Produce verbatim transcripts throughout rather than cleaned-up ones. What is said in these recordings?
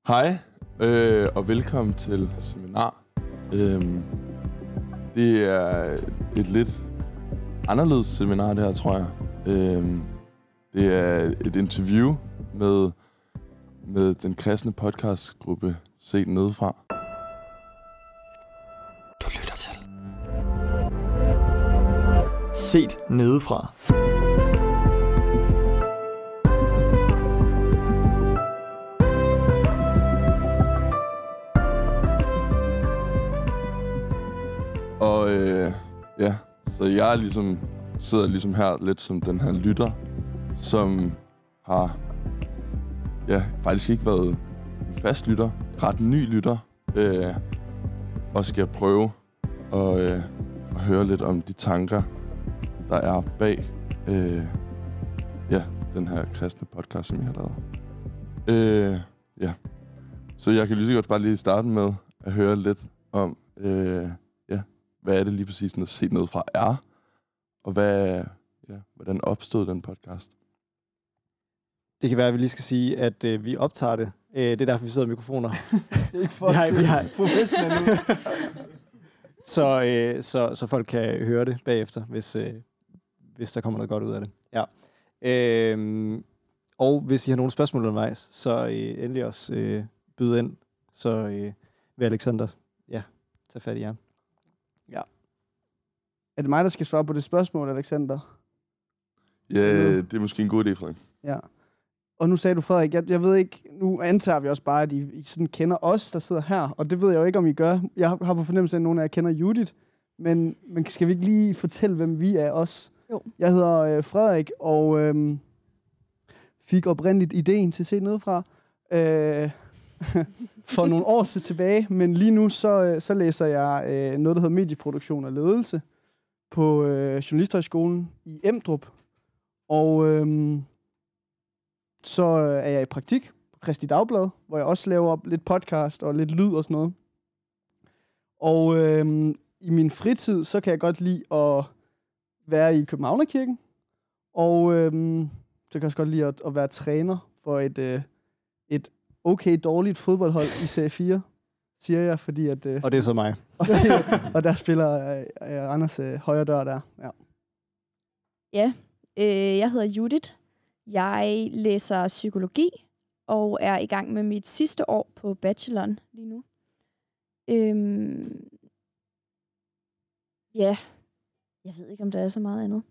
Hej, øh, og velkommen til seminar. Øhm, det er et lidt anderledes seminar, det her, tror jeg. Øhm, det er et interview med, med den kristne podcastgruppe Set Nedefra. Du lytter til Set Nedefra. Og øh, ja, så jeg er ligesom, sidder ligesom her lidt som den her lytter, som har ja, faktisk ikke været en fast lytter, ret ny lytter, øh, og skal prøve at, øh, at høre lidt om de tanker, der er bag øh, ja, den her kristne podcast, som jeg har lavet. Øh, ja. Så jeg kan lige så godt bare lige starte med at høre lidt om, øh, ja, hvad er det lige præcis, noget Set Nedefra er, og hvad, ja, hvordan opstod den podcast? Det kan være, at vi lige skal sige, at øh, vi optager det. Øh, det er derfor, vi sidder med mikrofoner. Det er ikke for vi har, vi har professionelle. så, øh, så, så folk kan høre det bagefter, hvis, øh, hvis der kommer noget godt ud af det. Ja. Øh, og hvis I har nogle spørgsmål undervejs, så øh, endelig også øh, byde ind. Så øh, vil Alexander ja, tage fat i jer. Ja. Er det mig, der skal svare på det spørgsmål, Alexander? Ja, det er måske en god idé, Frederik. Ja. Og nu sagde du, Frederik, jeg, jeg ved ikke, nu antager vi også bare, at I, I sådan kender os, der sidder her, og det ved jeg jo ikke, om I gør. Jeg har, har på fornemmelse, at nogen af jer kender Judith, men, men skal vi ikke lige fortælle, hvem vi er os? Jo. Jeg hedder øh, Frederik, og øh, fik oprindeligt ideen til Set Nedefra øh, for nogle år tilbage, men lige nu så, øh, så læser jeg øh, noget, der hedder medieproduktion og ledelse på øh, Journalisthøjskolen i Emdrup, og øh, så er jeg i praktik på Kristi Dagblad, hvor jeg også laver lidt podcast og lidt lyd og sådan noget. Og øh, i min fritid, så kan jeg godt lide at være i Københavnerkirken, og øh, så kan jeg også godt lide at, at være træner for et, øh, et okay dårligt fodboldhold i serie fire, siger jeg, fordi at... Øh, Og det er så mig. og, det, og der spiller øh, Anders øh, højre dør der. Ja. Ja, øh, jeg hedder Judith. Jeg læser psykologi og er i gang med mit sidste år på bacheloren lige nu. Øhm, ja, jeg ved ikke, om der er så meget andet.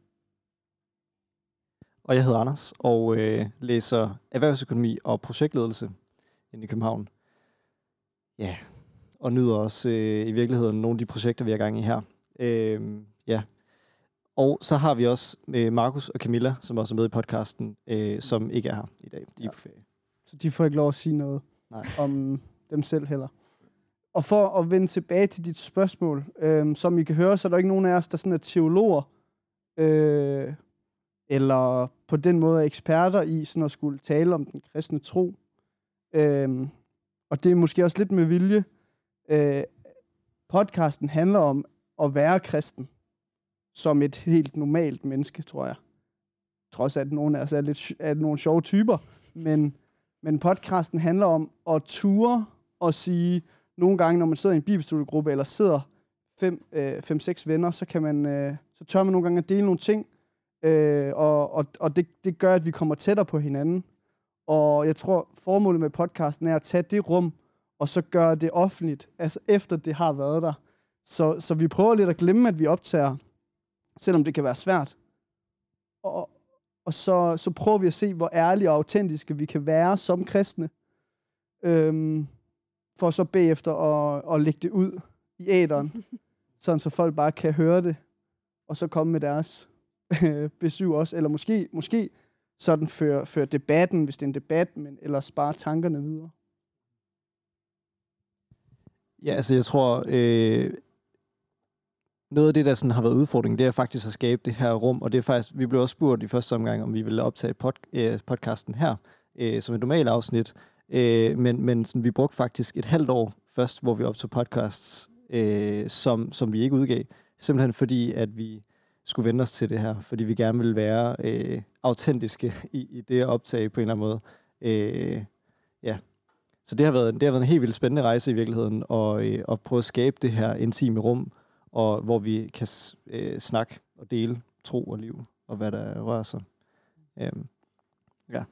Og jeg hedder Anders, og øh, læser erhvervsøkonomi og projektledelse inde i København. Ja, og nyder også øh, i virkeligheden nogle af de projekter, vi er i gang i her. Øh, ja. Og så har vi også øh, Markus og Camilla, som også er med i podcasten, øh, som ikke er her i dag. De er Ja. på ferie. Så de får ikke lov at sige noget Nej. om dem selv heller. Og for at vende tilbage til dit spørgsmål, øh, som I kan høre, så er der ikke nogen af os, der sådan er teologer, øh, eller på den måde er eksperter i sådan at skulle tale om den kristne tro. Øh, og det er måske også lidt med vilje. Øh, podcasten handler om at være kristen som et helt normalt menneske, tror jeg. Trods at nogle af os er, lidt, er nogle sjove typer, men, men podcasten handler om at ture og sige, nogle gange, når man sidder i en bibelstudiegruppe, eller sidder fem, øh, fem, seks venner, så, kan man, øh, så tør man nogle gange at dele nogle ting, øh, og, og, og det, det gør, at vi kommer tættere på hinanden. Og jeg tror, formålet med podcasten er at tage det rum, og så gøre det offentligt, altså efter det har været der. Så, så vi prøver lidt at glemme, at vi optager, selvom det kan være svært. Og, og så, så prøver vi at se, hvor ærlige og autentiske vi kan være som kristne, øhm, for så bagefter at, at lægge det ud i æteren, sådan så folk bare kan høre det, og så komme med deres besøg også, eller måske, måske sådan føre, føre debatten, hvis det er en debat, men ellers bare tankerne videre. Ja, altså jeg tror, øh, noget af det, der sådan har været udfordringen, det er faktisk at skabe det her rum, og det er faktisk, vi blev også spurgt i første omgang, om vi ville optage pod, øh, podcasten her, øh, som et normalt afsnit, øh, men, men sådan, vi brugte faktisk et halvt år først, hvor vi optog podcasts, øh, som, som vi ikke udgav, simpelthen fordi, at vi skulle vende os til det her, fordi vi gerne ville være øh, autentiske i, i det at optage på en eller anden måde. Øh, ja. så det har, været, det har været en helt vildt spændende rejse i virkeligheden, og, øh, at prøve at skabe det her intime rum, og hvor vi kan øh, snakke og dele tro og liv, og hvad der rører sig. Øhm, ja.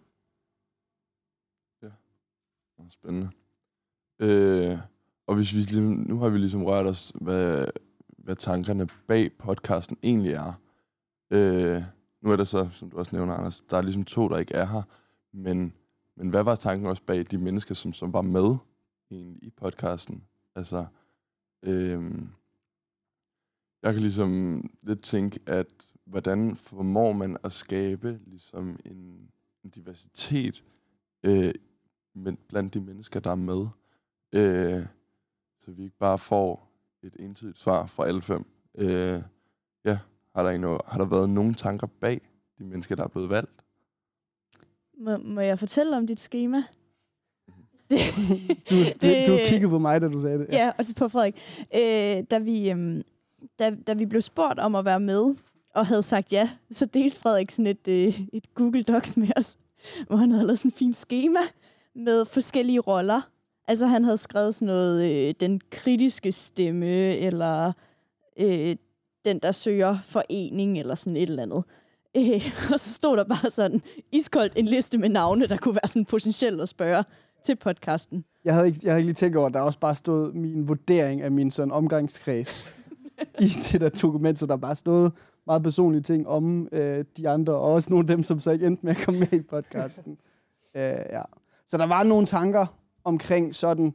Ja, spændende. Øh, og hvis vi ligesom, nu har vi ligesom rørt os, hvad, hvad tankerne bag podcasten egentlig er. Øh, nu er der så, som du også nævner, Anders, der er ligesom to, der ikke er her, men, men hvad var tanken også bag de mennesker, som, som var med egentlig i podcasten? Altså, øh, jeg kan ligesom lidt tænke, at hvordan formår man at skabe ligesom en, en diversitet øh, blandt de mennesker, der er med, øh, så vi ikke bare får et entydigt svar fra alle fem. Øh, ja, har der, noget, har der været nogle tanker bag de mennesker, der er blevet valgt? Må, må jeg fortælle om dit schema? du, det, du kiggede på mig, da du sagde det. Ja, ja og på Frederik. Øh, da, vi, øhm, da, da vi blev spurgt om at være med, og havde sagt ja, så delte Frederik sådan et, øh, et Google Docs med os, hvor han havde lavet sådan en fin schema med forskellige roller. Altså han havde skrevet sådan noget, øh, den kritiske stemme, eller øh, den, der søger forening, eller sådan et eller andet. Øh, og så stod der bare sådan iskoldt en liste med navne, der kunne være sådan potentielt at spørge til podcasten. Jeg havde ikke, jeg havde ikke lige tænkt over, at der også bare stod min vurdering af min sådan omgangskreds i det der dokument, så der bare stod meget personlige ting om øh, de andre, og også nogle af dem, som så ikke endte med at komme med i podcasten. øh, ja. Så der var nogle tanker omkring sådan,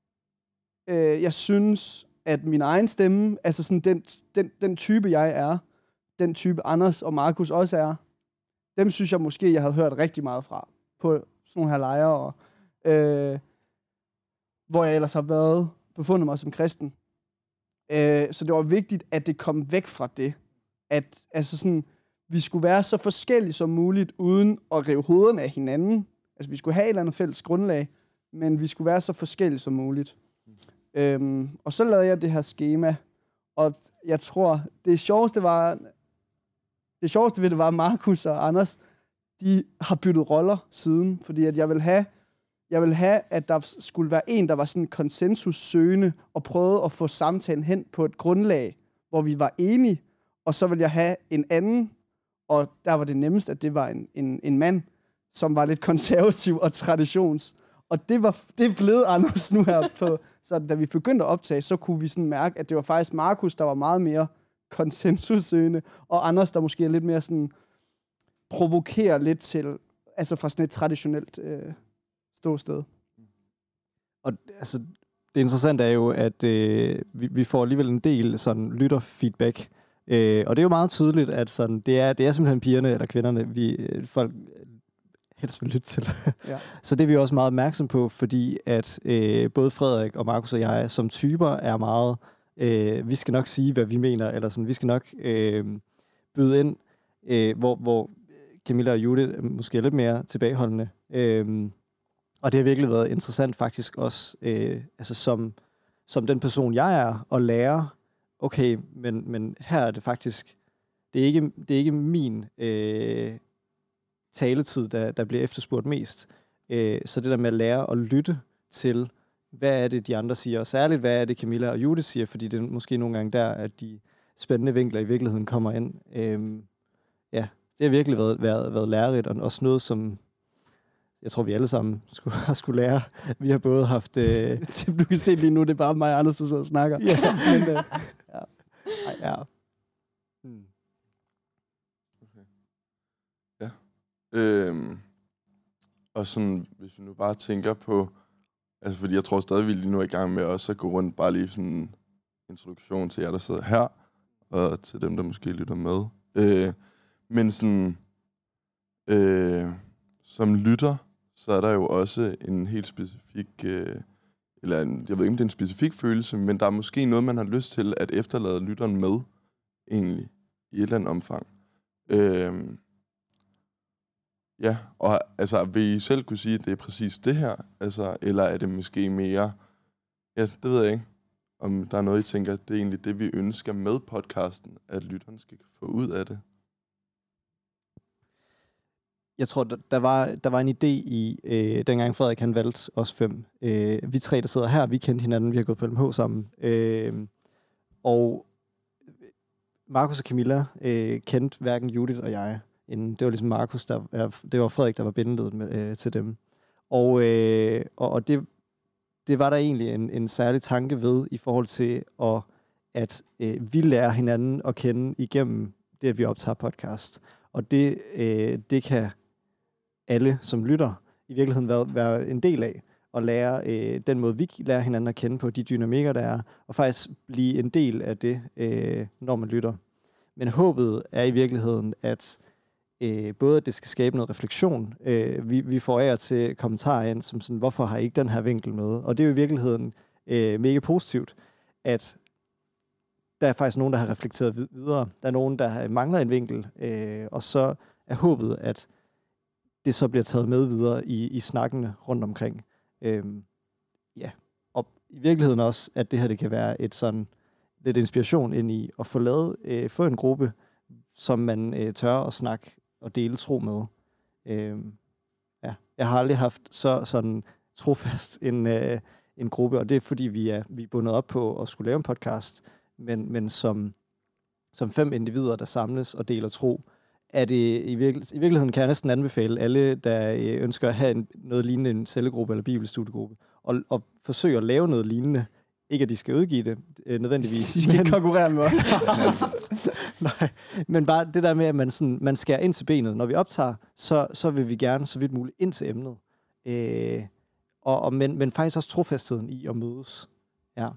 øh, jeg synes, at min egen stemme, altså sådan den, den, den type, jeg er, den type Anders og Markus også er, dem synes jeg måske, jeg havde hørt rigtig meget fra på sådan nogle her lejre, og, øh, hvor jeg ellers har været, befundet mig som kristen. Øh, så det var vigtigt, at det kom væk fra det. At altså sådan, vi skulle være så forskellige som muligt, uden at rive hovederne af hinanden. Altså, vi skulle have et eller andet fælles grundlag, men vi skulle være så forskellige som muligt. Mm. Øhm, og så lavede jeg det her schema, og jeg tror, det sjoveste var, det sjoveste ved det var, at Markus og Anders, de har byttet roller siden, fordi at jeg vil have, jeg vil have, at der skulle være en, der var sådan konsensussøgende, og prøvede at få samtalen hen på et grundlag, hvor vi var enige, og så vil jeg have en anden, og der var det nemmest, at det var en, en, en mand, som var lidt konservativ og traditions. Og det var det er blevet Anders nu her på. Så da vi begyndte at optage, så kunne vi sådan mærke, at det var faktisk Markus, der var meget mere konsensussøgende, og Anders, der måske er lidt mere sådan provokerer lidt til, altså fra sådan et traditionelt øh, ståsted. Og altså, det interessante er jo, at øh, vi, vi får alligevel en del sådan lytterfeedback. Øh, og det er jo meget tydeligt, at sådan, det, er, det er simpelthen pigerne eller kvinderne, vi øh, folk helst vil lytte til. Ja. Så det er vi også meget opmærksom på, fordi at øh, både Frederik og Markus og jeg som typer er meget, øh, vi skal nok sige, hvad vi mener, eller sådan, vi skal nok øh, byde ind, øh, hvor, hvor Camilla og Judith er måske lidt mere tilbageholdende. Øh, og det har virkelig været interessant faktisk også, øh, altså som, som den person jeg er, at lære, okay, men, men her er det faktisk, det er ikke, det er ikke min øh, taletid, der, der bliver efterspurgt mest. Øh, så det der med at lære at lytte til, hvad er det, de andre siger, og særligt, hvad er det, Camilla og Judith siger, fordi det er måske nogle gange der, at de spændende vinkler i virkeligheden kommer ind. Øh, ja, det har virkelig været, været, været lærerigt, og også noget, som jeg tror, vi alle sammen skulle, har skulle lære. Vi har både haft... Øh... Du kan se lige nu, det er bare mig og Anders, der sidder og snakker. Ja. Men, øh, ja. Ej, ja. Hmm. Okay. Ja. Øhm. Og sådan, hvis vi nu bare tænker på... Altså, fordi jeg tror stadig, vi lige nu er i gang med også at gå rundt, bare lige sådan en introduktion til jer, der sidder her, og til dem, der måske lytter med. Øh, men sådan... Øh, som lytter, så er der jo også en helt specifik, øh, eller en, jeg ved ikke, om det er en specifik følelse, men der er måske noget, man har lyst til at efterlade lytteren med, egentlig, i et eller andet omfang. Øh, ja, og altså, vil I selv kunne sige, at det er præcis det her? Altså, eller er det måske mere, ja, det ved jeg ikke, om der er noget, I tænker, at det er egentlig det, vi ønsker med podcasten, at lytteren skal få ud af det? Jeg tror, der, der, var, der var en idé i, øh, dengang Frederik han valgte os fem. Øh, vi tre, der sidder her, vi kendte hinanden, vi har gået på L M H sammen. Øh, og Markus og Camilla øh, kendte hverken Judith og jeg. Inden. Det var ligesom Markus, der, det var Frederik, der var bindelet med, øh, til dem. Og, øh, og, og det, det var der egentlig en, en særlig tanke ved, i forhold til, at, at øh, vi lærer hinanden at kende igennem det, at vi optager podcast. Og det, øh, det kan alle, som lytter, i virkeligheden være, være en del af, og lære øh, den måde, vi lærer hinanden at kende på, de dynamikker, der er, og faktisk blive en del af det, øh, når man lytter. Men håbet er i virkeligheden, at øh, både at det skal skabe noget refleksion. Øh, vi, vi får af til kommentarer ind, som sådan, hvorfor har I ikke den her vinkel med? Og det er jo i virkeligheden øh, mega positivt, at der er faktisk nogen, der har reflekteret videre. Der er nogen, der mangler en vinkel, øh, og så er håbet, at det så bliver taget med videre i, i snakkene rundt omkring. Øhm, ja, og i virkeligheden også, at det her det kan være et sådan lidt inspiration ind i at få lavet, øh, få en gruppe, som man øh, tør at snakke og dele tro med. Øhm, ja, jeg har aldrig haft så sådan trofast en, øh, en gruppe, og det er fordi, vi er, vi er bundet op på at skulle lave en podcast, men, men som, som fem individer, der samles og deler tro, er det i, virke, i virkeligheden kan jeg næsten anbefale alle, der øh, ønsker at have en, noget lignende en cellegruppe eller bibelstudiegruppe, og, og forsøge at lave noget lignende. Ikke at de skal udgive det øh, nødvendigvis. De skal ikke konkurrere med os. Nej, men bare det der med, at man, sådan, man skærer ind til benet. Når vi optager, så, så vil vi gerne så vidt muligt ind til emnet. Øh, og, og, men, men faktisk også trofastheden i at mødes. Ja.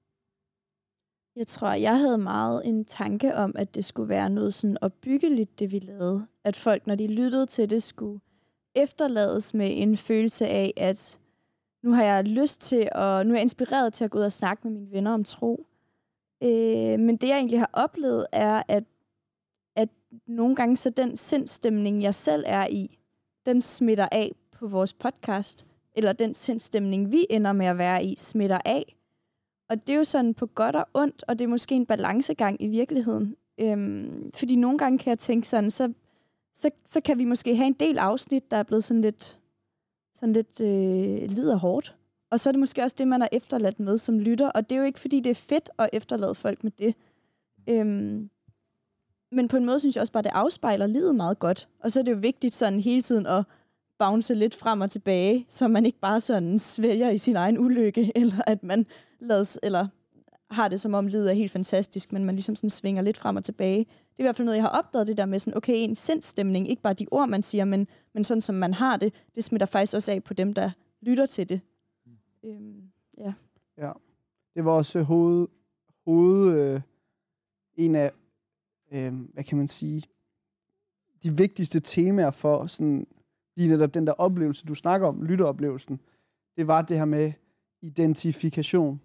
Jeg tror, jeg havde meget en tanke om, at det skulle være noget sådan opbyggeligt, det vi lavede. At folk, når de lyttede til det, skulle efterlades med en følelse af, at nu har jeg lyst til, og nu er jeg inspireret til at gå ud og snakke med mine venner om tro. Øh, men det, jeg egentlig har oplevet, er, at, at nogle gange så den sindstemning, jeg selv er i, den smitter af på vores podcast. Eller den sindstemning, vi ender med at være i, smitter af. Og det er jo sådan på godt og ondt, og det er måske en balancegang i virkeligheden. Øhm, fordi nogle gange kan jeg tænke sådan, så, så, så kan vi måske have en del afsnit, der er blevet sådan lidt, sådan lidt øh, lider hårdt. Og så er det måske også det, man er efterladt med som lytter. Og det er jo ikke, fordi det er fedt at efterlade folk med det. Øhm, men på en måde synes jeg også bare, det afspejler livet meget godt. Og så er det jo vigtigt sådan hele tiden at bounce lidt frem og tilbage, så man ikke bare sådan svælger i sin egen ulykke, eller at man lades, eller har det som om livet er helt fantastisk, men man ligesom sådan svinger lidt frem og tilbage. Det er i hvert fald noget, jeg har opdaget, det der med sådan, okay, en sindsstemning, ikke bare de ord, man siger, men, men sådan som man har det, det smitter faktisk også af på dem, der lytter til det. Mm. Øhm, ja. Ja, det var også hoved, hoved øh, en af, øh, hvad kan man sige, de vigtigste temaer for sådan, lige netop den der oplevelse, du snakker om, lytteoplevelsen, det var det her med identifikation.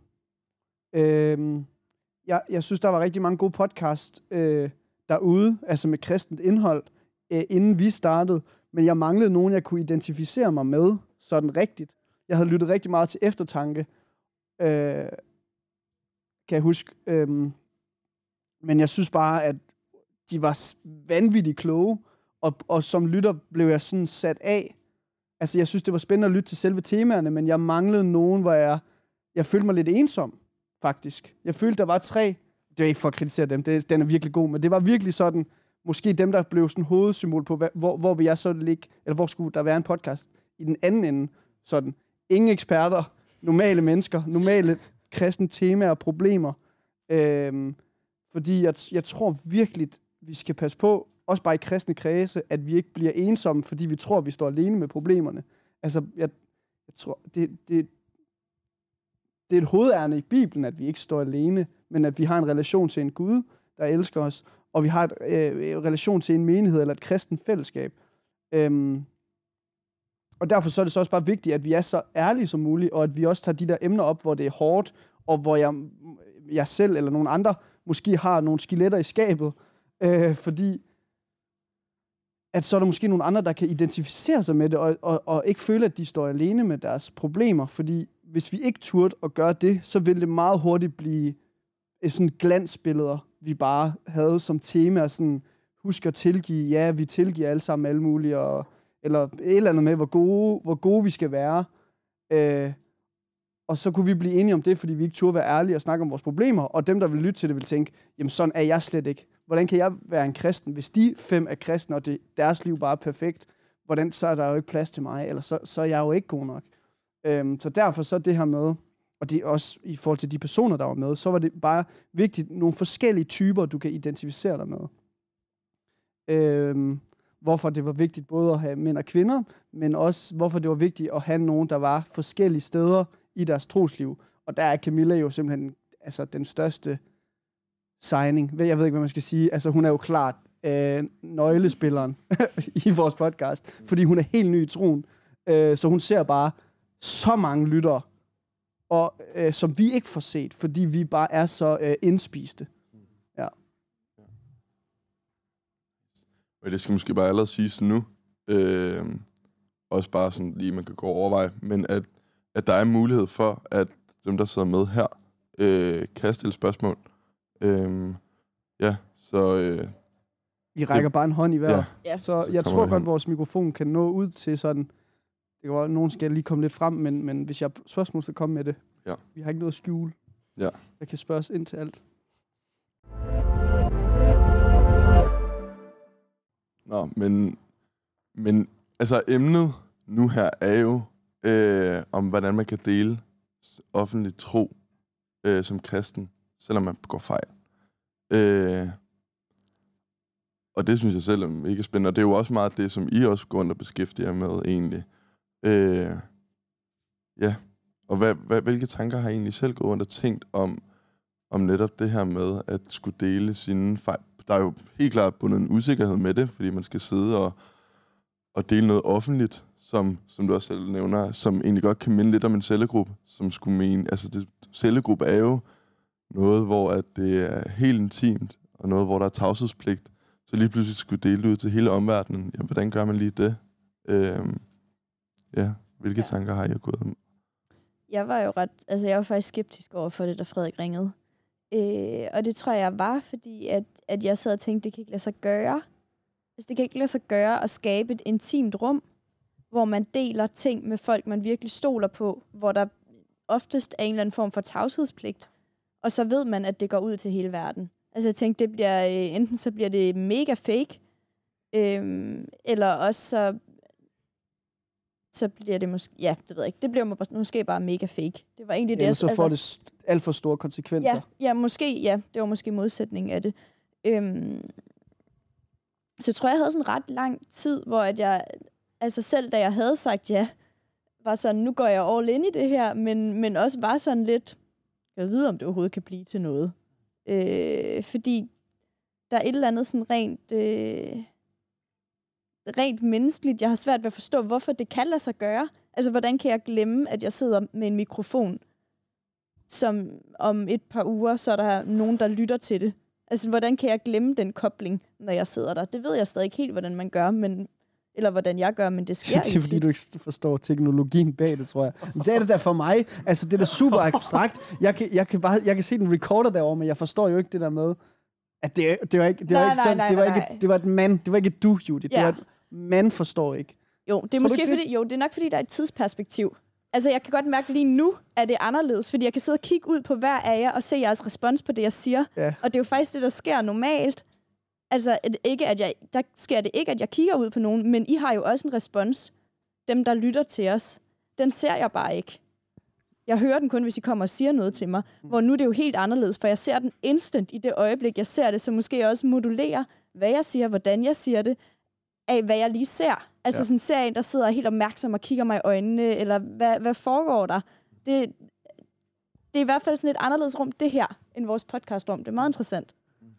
Øhm, jeg, jeg synes, der var rigtig mange gode podcast øh, derude, altså med kristent indhold, øh, inden vi startede, men jeg manglede nogen, jeg kunne identificere mig med, sådan rigtigt. Jeg havde lyttet rigtig meget til eftertanke, øh, kan jeg huske, øh, men jeg synes bare, at de var vanvittigt kloge, og, og som lytter blev jeg sådan sat af. Altså, jeg synes, det var spændende at lytte til selve temaerne, men jeg manglede nogen, hvor jeg, jeg følte mig lidt ensom, faktisk. Jeg følte, der var tre, det er ikke for at kritisere dem, det, den er virkelig god, men det var virkelig sådan, måske dem, der blev sådan hovedsymbol på, hvor, hvor vil jeg så ligge, eller hvor skulle der være en podcast i den anden ende, sådan. Ingen eksperter, normale mennesker, normale kristne temaer og problemer. Øhm, fordi jeg, jeg tror virkelig, vi skal passe på, også bare i kristne kredse, at vi ikke bliver ensomme, fordi vi tror, vi står alene med problemerne. Altså, jeg, jeg tror, det, det, det er et hovedærne i Bibelen, at vi ikke står alene, men at vi har en relation til en Gud, der elsker os, og vi har en øh, relation til en menighed eller et kristent fællesskab. Øhm, og derfor så er det så også bare vigtigt, at vi er så ærlige som muligt, og at vi også tager de der emner op, hvor det er hårdt, og hvor jeg, jeg selv eller nogen andre måske har nogle skeletter i skabet, øh, fordi at så er der måske nogle andre, der kan identificere sig med det, og, og, og ikke føle, at de står alene med deres problemer, fordi hvis vi ikke turde at gøre det, så vil det meget hurtigt blive sådan glansbilleder, vi bare havde som tema, sådan, husk at tilgive, ja, vi tilgiver alle sammen alle mulige, og eller et eller andet med, hvor gode, hvor gode vi skal være. Øh, og så kunne vi blive enige om det, fordi vi ikke turde være ærlige og snakke om vores problemer, og dem, der vil lytte til det, vil tænke, jamen sådan er jeg slet ikke. Hvordan kan jeg være en kristen, hvis de fem er kristne, og det, deres liv bare er perfekt? Hvordan, så er der jo ikke plads til mig, eller så, så er jeg jo ikke god nok. Øhm, så derfor så det her med, og det også i forhold til de personer, der var med, så var det bare vigtigt, nogle forskellige typer, du kan identificere dig med. Øhm, hvorfor det var vigtigt både at have mænd og kvinder, men også hvorfor det var vigtigt at have nogen, der var forskellige steder i deres trosliv. Og der er Camilla jo simpelthen altså, den største signing. Jeg ved ikke, hvad man skal sige. Altså, hun er jo klart øh, nøglespilleren i vores podcast, fordi hun er helt ny i troen. Øh, så hun ser bare så mange lyttere, og, øh, som vi ikke får set, fordi vi bare er så øh, indspiste. Ja. Og det skal måske bare allerede siges nu. Øh, også bare sådan lige, man kan gå og overveje. Men at, at der er mulighed for, at dem, der sidder med her, øh, kan stille spørgsmål. Øh, ja, så... Øh, vi rækker bare en hånd i hver. Ja. Så, så jeg tror godt, hen. vores mikrofon kan nå ud til sådan... Det kan være, nogen skal lige komme lidt frem, men, men hvis jeg har spørgsmål, så kom med det. Ja. Vi har ikke noget at skjule. Ja. Jeg kan spørges ind til alt. Nå, men, men altså emnet nu her er jo øh, om, hvordan man kan dele offentlig tro øh, som kristen, selvom man begår fejl. Øh, og det synes jeg selv er mega spændende, og det er jo også meget det, som I også går rundt og beskæftiger jer med egentlig. Øh, ja, og hvad, hvad, hvilke tanker har I egentlig selv gået rundt og tænkt om, om netop det her med at skulle dele sine fejl? Der er jo helt klart bundet en usikkerhed med det, fordi man skal sidde og, og dele noget offentligt, som, som du også selv nævner, som egentlig godt kan minde lidt om en cellegruppe, som skulle mene, altså det, cellegruppe er jo noget, hvor at det er helt intimt, og noget, hvor der er tavshedspligt, så lige pludselig skulle dele ud til hele omverdenen. Jamen, hvordan gør man lige det? Øhm, ja, hvilke ja. tanker har I gået om? Jeg var jo ret, altså jeg var faktisk skeptisk over for det, da Frederik ringede. Øh, og det tror jeg var, fordi at, at jeg sad og tænkte, det kan ikke lade sig gøre. Altså, det kan ikke lade sig gøre at skabe et intimt rum, hvor man deler ting med folk, man virkelig stoler på, hvor der oftest er en eller anden form for tavshedspligt. Og så ved man, at det går ud til hele verden. Altså jeg tænkte, det bliver, øh, enten så bliver det mega fake, øh, eller også så, så bliver det måske, ja, det ved jeg ikke, det bliver måske, måske bare mega fake. Det var egentlig det, Eller så altså, får det alt for store konsekvenser. Ja, ja, måske, ja, det var måske modsætningen af det. Øhm, så jeg tror, jeg havde sådan ret lang tid, hvor at jeg, altså selv da jeg havde sagt ja, var sådan, nu går jeg all in i det her, men, men også var sådan lidt, jeg ved om det overhovedet kan blive til noget. Øh, fordi der er et eller andet sådan rent, øh, rent menneskeligt. Jeg har svært ved at forstå, hvorfor det kan lade sig gøre. Altså, hvordan kan jeg glemme, at jeg sidder med en mikrofon, som om et par uger, så er der nogen, der lytter til det. Altså, hvordan kan jeg glemme den kobling, når jeg sidder der? Det ved jeg stadig ikke helt, hvordan man gør, men, eller hvordan jeg gør, men det sker Det er fordi, du ikke forstår teknologien bag det, tror jeg. Men det er det der for mig. Altså, det er da super abstrakt. Jeg kan, jeg kan, bare, jeg kan se den recorder derovre, men jeg forstår jo ikke det der med, at det, det var ikke, det var nej, ikke nej, sådan, nej, det var nej. ikke, det var et mand, det var ikke et du, Judith. Ja. Det var et man forstår ikke. Jo, det er Tror måske det? fordi, jo, det er nok fordi, der er et tidsperspektiv. Altså, jeg kan godt mærke lige nu, at det er anderledes, fordi jeg kan sidde og kigge ud på hver af jer og se jeres respons på det, jeg siger. Ja. Og det er jo faktisk det, der sker normalt. Altså, at ikke, at jeg, der sker det ikke, at jeg kigger ud på nogen, men I har jo også en respons. Dem, der lytter til os, den ser jeg bare ikke. Jeg hører den kun, hvis I kommer og siger noget til mig. Hvor nu er det jo helt anderledes, for jeg ser den instant i det øjeblik, jeg ser det, så måske jeg også modulerer, hvad jeg siger, hvordan jeg siger det, af hvad jeg lige ser. Altså Ja. sådan ser en, der sidder helt opmærksom og kigger mig i øjnene, eller hvad, hvad foregår der? Det, det er i hvert fald sådan et anderledes rum, det her, end vores podcastrum. Det er meget interessant.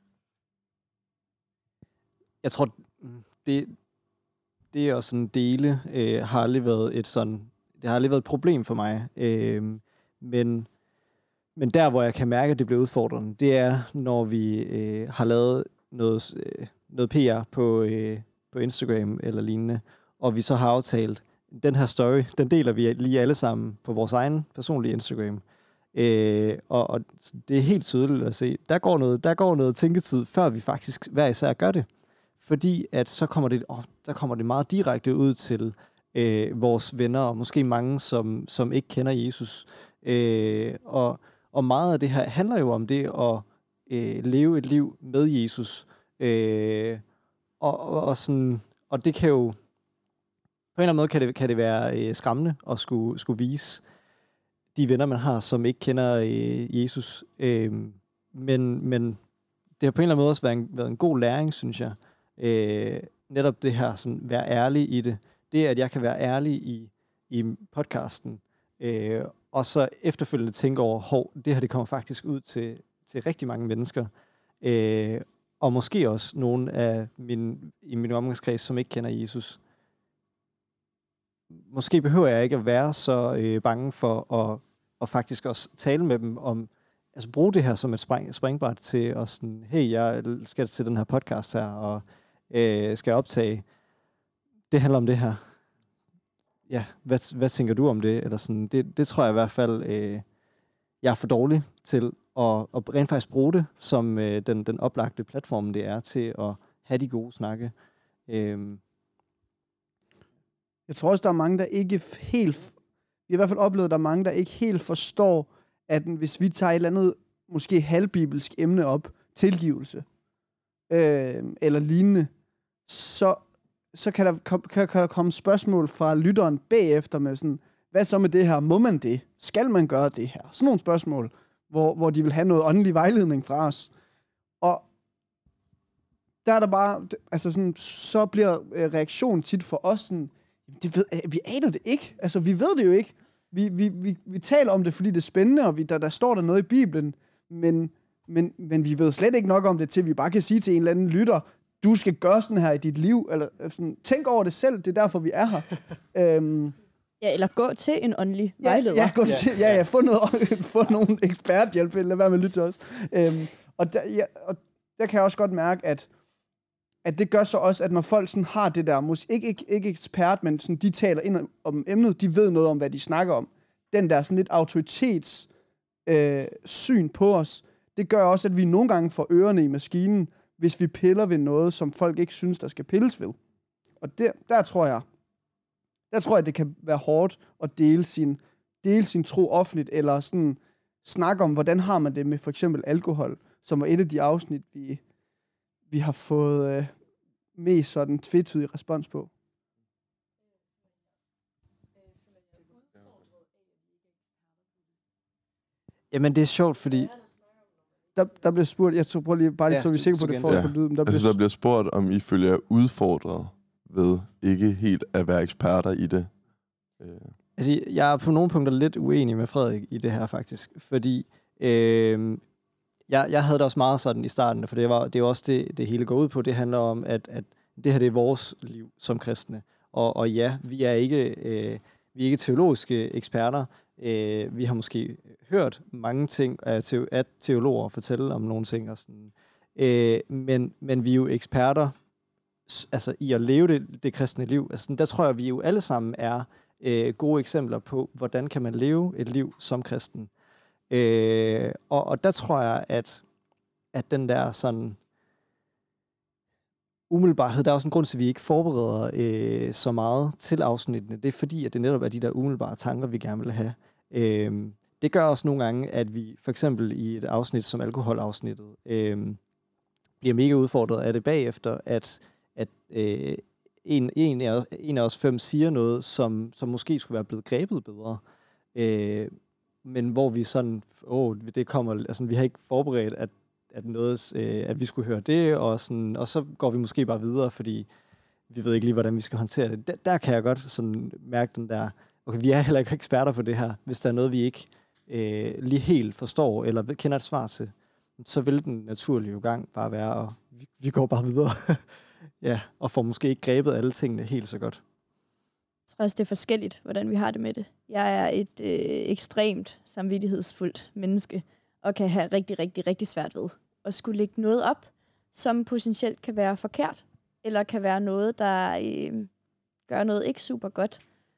Jeg tror, det, det er også sådan dele, øh, har aldrig været et sådan, det har aldrig været et problem for mig. Øh, men, men der, hvor jeg kan mærke, at det bliver udfordrende, det er, når vi øh, har lavet noget, øh, noget P R på, øh, på Instagram eller lignende, og vi så har aftalt, den her story, den deler vi lige alle sammen på vores egen personlige Instagram. Øh, og, og det er helt tydeligt at se, der går noget, der går noget tænketid, før vi faktisk hver især gør det. fordi at så kommer det, åh, der kommer det meget direkte ud til øh, vores venner, og måske mange, som, som ikke kender Jesus. Øh, og, og meget af det her handler jo om det at øh, leve et liv med Jesus. Øh, og, og, og, sådan, og det kan jo, på en eller anden måde kan det, kan det være øh, skræmmende at skulle, skulle vise de venner, man har, som ikke kender øh, Jesus. Øh, men, men det har på en eller anden måde også været en, været en god læring, synes jeg. Øh, netop det her, sådan, være ærlig i det. Det, at jeg kan være ærlig i, i podcasten, øh, og så efterfølgende tænke over, hov, det her det kommer faktisk ud til, til rigtig mange mennesker. Øh, og måske også nogle af mine, i min omgangskreds, som ikke kender Jesus. Måske behøver jeg ikke at være så øh, bange for at, at faktisk også tale med dem om, altså bruge det her som et spring, springbræt til at sådan, hey, jeg skal til den her podcast her, og øh, skal optage. Det handler om det her. Ja, hvad, hvad tænker du om det? Eller sådan, det, det tror jeg i hvert fald, øh, jeg er for dårlig til at, at rent faktisk bruge det som øh, den, den oplagte platform, det er til at have de gode snakke. Øh, Jeg tror også, der er mange, der ikke helt... Vi har i hvert fald oplevet, at der er mange, der ikke helt forstår, at hvis vi tager et eller andet, måske halvbibelsk emne op, tilgivelse, øh, eller lignende, så, så kan, der kom, kan, kan der komme spørgsmål fra lytteren bagefter med sådan, hvad så med det her? Må man det? Skal man gøre det her? Sådan nogle spørgsmål, hvor, hvor de vil have noget åndelig vejledning fra os. Og der er der bare... Altså sådan, så bliver reaktionen tit for os sådan, det ved, vi aner det ikke. Altså, vi ved det jo ikke. Vi, vi, vi, vi taler om det, fordi det er spændende, og vi, der, der står der noget i Bibelen, men, men, men vi ved slet ikke nok om det, til vi bare kan sige til en eller anden lytter, du skal gøre sådan her i dit liv, eller sådan, tænk over det selv, det er derfor, vi er her. øhm, Ja, eller gå til en åndelig vejleder. Ja, ja, gå til, ja, ja, få, noget, få nogle eksperthjælp, eller hvad med at lytte til os. Øhm, og, der, ja, og der kan jeg også godt mærke, at at det gør så også, at når folk sådan har det der, måske ikke, ikke, ikke ekspert, men sådan, de taler ind om emnet, de ved noget om, hvad de snakker om. Den der sådan lidt autoritetssyn øh, syn på os, det gør også, at vi nogle gange får ørerne i maskinen, hvis vi piller ved noget, som folk ikke synes, der skal pilles ved. Og der, der tror jeg, der tror jeg, det kan være hårdt at dele sin, dele sin tro offentligt, eller sådan snakke om, hvordan har man det med for eksempel alkohol, som var et af de afsnit, vi vi har fået øh, mest sådan tvetydig respons på. Jamen, det er sjovt, fordi... Der, der bliver spurgt, jeg tror prøv lige, bare lige, Ja, så vi er sikre på, det får ja. på lyden. Der Jeg bliver, synes, der bliver spurgt, om I føler jer udfordret ved ikke helt at være eksperter i det. Øh. Altså, jeg er på nogle punkter lidt uenig med Frederik i det her, faktisk. Fordi øh, jeg, jeg havde det også meget sådan i starten, for det, var, det er også det, det hele går ud på. Det handler om, at, at det her det er vores liv som kristne. Og, og ja, vi er ikke, øh, vi er ikke teologiske eksperter. Øh, vi har måske hørt mange ting af, te- af teologer fortælle om nogle ting. Og sådan. Øh, men, men vi er jo eksperter altså, i at leve det, det kristne liv. Altså, der tror jeg, vi jo alle sammen er øh, gode eksempler på, hvordan kan man leve et liv som kristen. Øh, og, og der tror jeg, at, at den der sådan umiddelbarhed, der er også en grund til, at vi ikke forbereder øh, så meget til afsnittene. Det er fordi, at det netop er de der umiddelbare tanker, vi gerne vil have. Øh, det gør også nogle gange, at vi for eksempel i et afsnit som alkoholafsnittet øh, bliver mega udfordret af det bagefter, at, at øh, en, en, af os, en af os fem siger noget, som, som måske skulle være blevet grebet bedre. Øh, men hvor vi sådan, åh, det kommer, altså vi har ikke forberedt, at, at, noget, øh, at vi skulle høre det, og, sådan, og så går vi måske bare videre, fordi vi ved ikke lige, hvordan vi skal håndtere det. Der, der kan jeg godt sådan mærke den der, okay, vi er heller ikke eksperter på det her. Hvis der er noget, vi ikke øh, lige helt forstår, eller kender et svar til, så vil den naturlige gang bare være, og vi, vi går bare videre. Ja, og får måske ikke grebet alle tingene helt så godt. Jeg tror også, det er forskelligt, hvordan vi har det med det. Jeg er et øh, ekstremt samvittighedsfuldt menneske, og kan have rigtig, rigtig, rigtig svært ved at skulle lægge noget op, som potentielt kan være forkert, eller kan være noget, der øh, gør noget ikke super godt.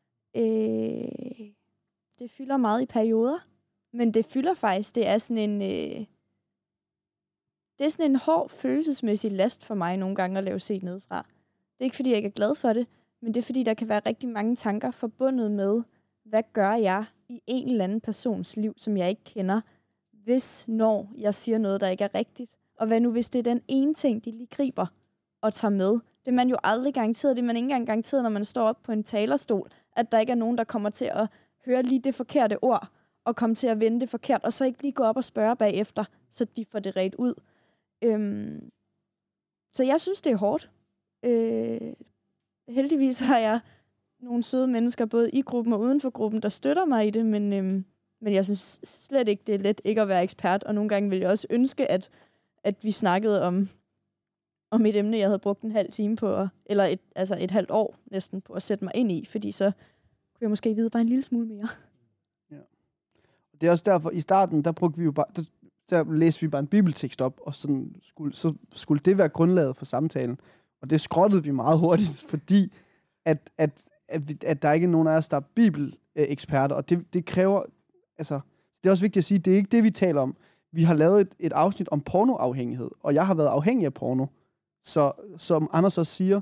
Øh, det fylder meget i perioder, men det fylder faktisk, det er sådan en... Øh, det er sådan en hård følelsesmæssig last for mig nogle gange at lave set nedefra. Det er ikke, fordi jeg ikke er glad for det, men det er, fordi der kan være rigtig mange tanker forbundet med, hvad gør jeg i en eller anden persons liv, som jeg ikke kender, hvis når jeg siger noget, der ikke er rigtigt. Og hvad nu, hvis det er den ene ting, de lige griber og tager med? Det er man jo aldrig garanteret. Det er man ikke engang garanteret, når man står op på en talerstol, at der ikke er nogen, der kommer til at høre lige det forkerte ord, og komme til at vende det forkert, og så ikke lige gå op og spørge bagefter, så de får det redt ud. Øhm, så jeg synes, det er hårdt. Øh, heldigvis har jeg nogle søde mennesker, både i gruppen og uden for gruppen, der støtter mig i det, men, øhm, men jeg synes slet ikke, det er let ikke at være ekspert, og nogle gange vil jeg også ønske, at, at vi snakkede om, om et emne, jeg havde brugt en halv time på, at, eller et, altså et halvt år næsten på at sætte mig ind i, fordi så kunne jeg måske vide bare en lille smule mere. Ja. Det er også derfor, i starten, der brugte vi jo bare, der, der læste vi bare en bibeltekst op, og sådan skulle, så skulle det være grundlaget for samtalen. Og det skrottede vi meget hurtigt, fordi at, at, at, vi, at der ikke er nogen af os, der er bibeleksperter, og det, det kræver, altså, det er også vigtigt at sige, det er ikke det, vi taler om. Vi har lavet et, et afsnit om pornoafhængighed, og jeg har været afhængig af porno. Så som Anders også siger,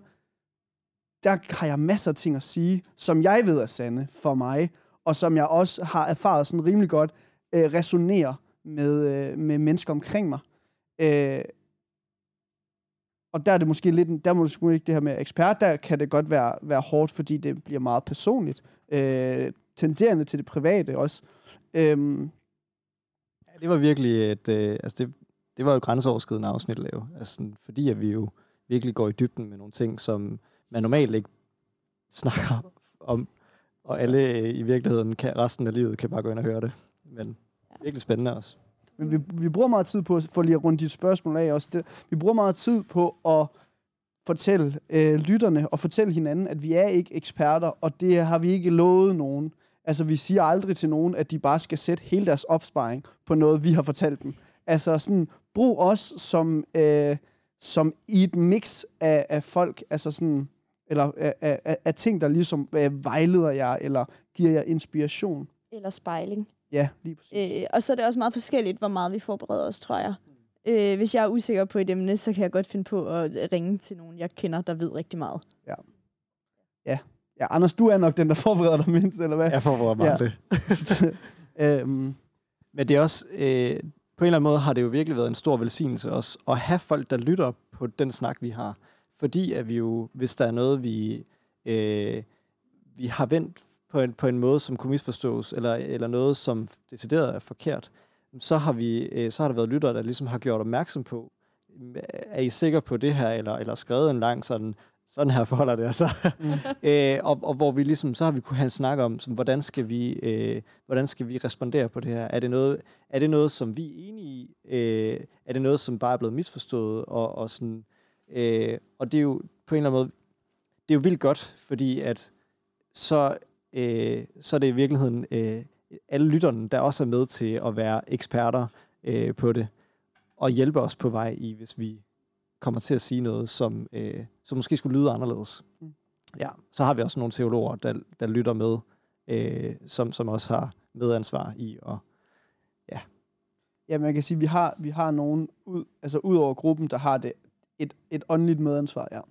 der har jeg masser af ting at sige, som jeg ved er sande for mig, og som jeg også har erfaret sådan rimelig godt, øh, resonerer med, øh, med mennesker omkring mig. Øh, og der er det måske lidt, der må du ikke det her med ekspert, der kan det godt være, være hårdt, fordi det bliver meget personligt. Øh, tenderende til det private også. Øh, ja, det var virkelig et, øh, altså det, det var jo et grænseoverskridende afsnit at lave. Altså sådan, fordi at vi jo virkelig går i dybden med nogle ting, som man normalt ikke snakker om, og alle øh, i virkeligheden kan, resten af livet kan bare gå ind og høre det. Men virkelig spændende også. Men vi, vi bruger meget tid på, for lige at runde dit spørgsmål af også, det, vi bruger meget tid på at fortælle øh, lytterne og fortælle hinanden, at vi er ikke eksperter, og det har vi ikke lovet nogen. Altså, vi siger aldrig til nogen, at de bare skal sætte hele deres opsparing på noget, vi har fortalt dem. Altså, sådan, brug os som, øh, som i et mix af, af folk, altså sådan, eller af, af, af ting, der ligesom øh, vejleder jer, eller giver jer inspiration. Eller spejling. Ja, lige præcis. Øh, og så er det også meget forskelligt, hvor meget vi forbereder os, tror jeg. Øh, hvis jeg er usikker på et emne, så kan jeg godt finde på at ringe til nogen, jeg kender, der ved rigtig meget. Ja. Ja. Ja, Anders, du er nok den, der forbereder dig mindst, eller hvad? Jeg forbereder mig ja. det. øhm, men det er også, øh, på en eller anden måde har det jo virkelig været en stor velsignelse også, at have folk, der lytter på den snak, vi har. Fordi at vi jo, hvis der er noget, vi, øh, vi har vendt på en, på en måde, som kunne misforstås, eller, eller noget, som decideret er forkert, så har, vi, øh, så har der været lyttere, der ligesom har gjort opmærksom på, er I sikre på det her, eller, eller skrevet en lang sådan, sådan her forholder det altså. Mm. øh, og, og hvor vi ligesom, så har vi kunne have en snak om, sådan, hvordan, skal vi, øh, hvordan skal vi respondere på det her? Er det noget, er det noget som vi er enige i? Øh, er det noget, som bare er blevet misforstået? Og, og, sådan, øh, og det er jo på en eller anden måde, det er jo vildt godt, fordi at så, øh, så er det i virkeligheden øh, alle lytterne, der også er med til at være eksperter øh, på det, og hjælpe os på vej i, hvis vi kommer til at sige noget, som, øh, som måske skulle lyde anderledes. Mm. Ja, så har vi også nogle teologer, der, der lytter med, øh, som, som også har medansvar i. Og, ja. Ja, man kan sige, at vi har, vi har nogen ud, altså ud over gruppen, der har det et, et åndeligt medansvar, ja.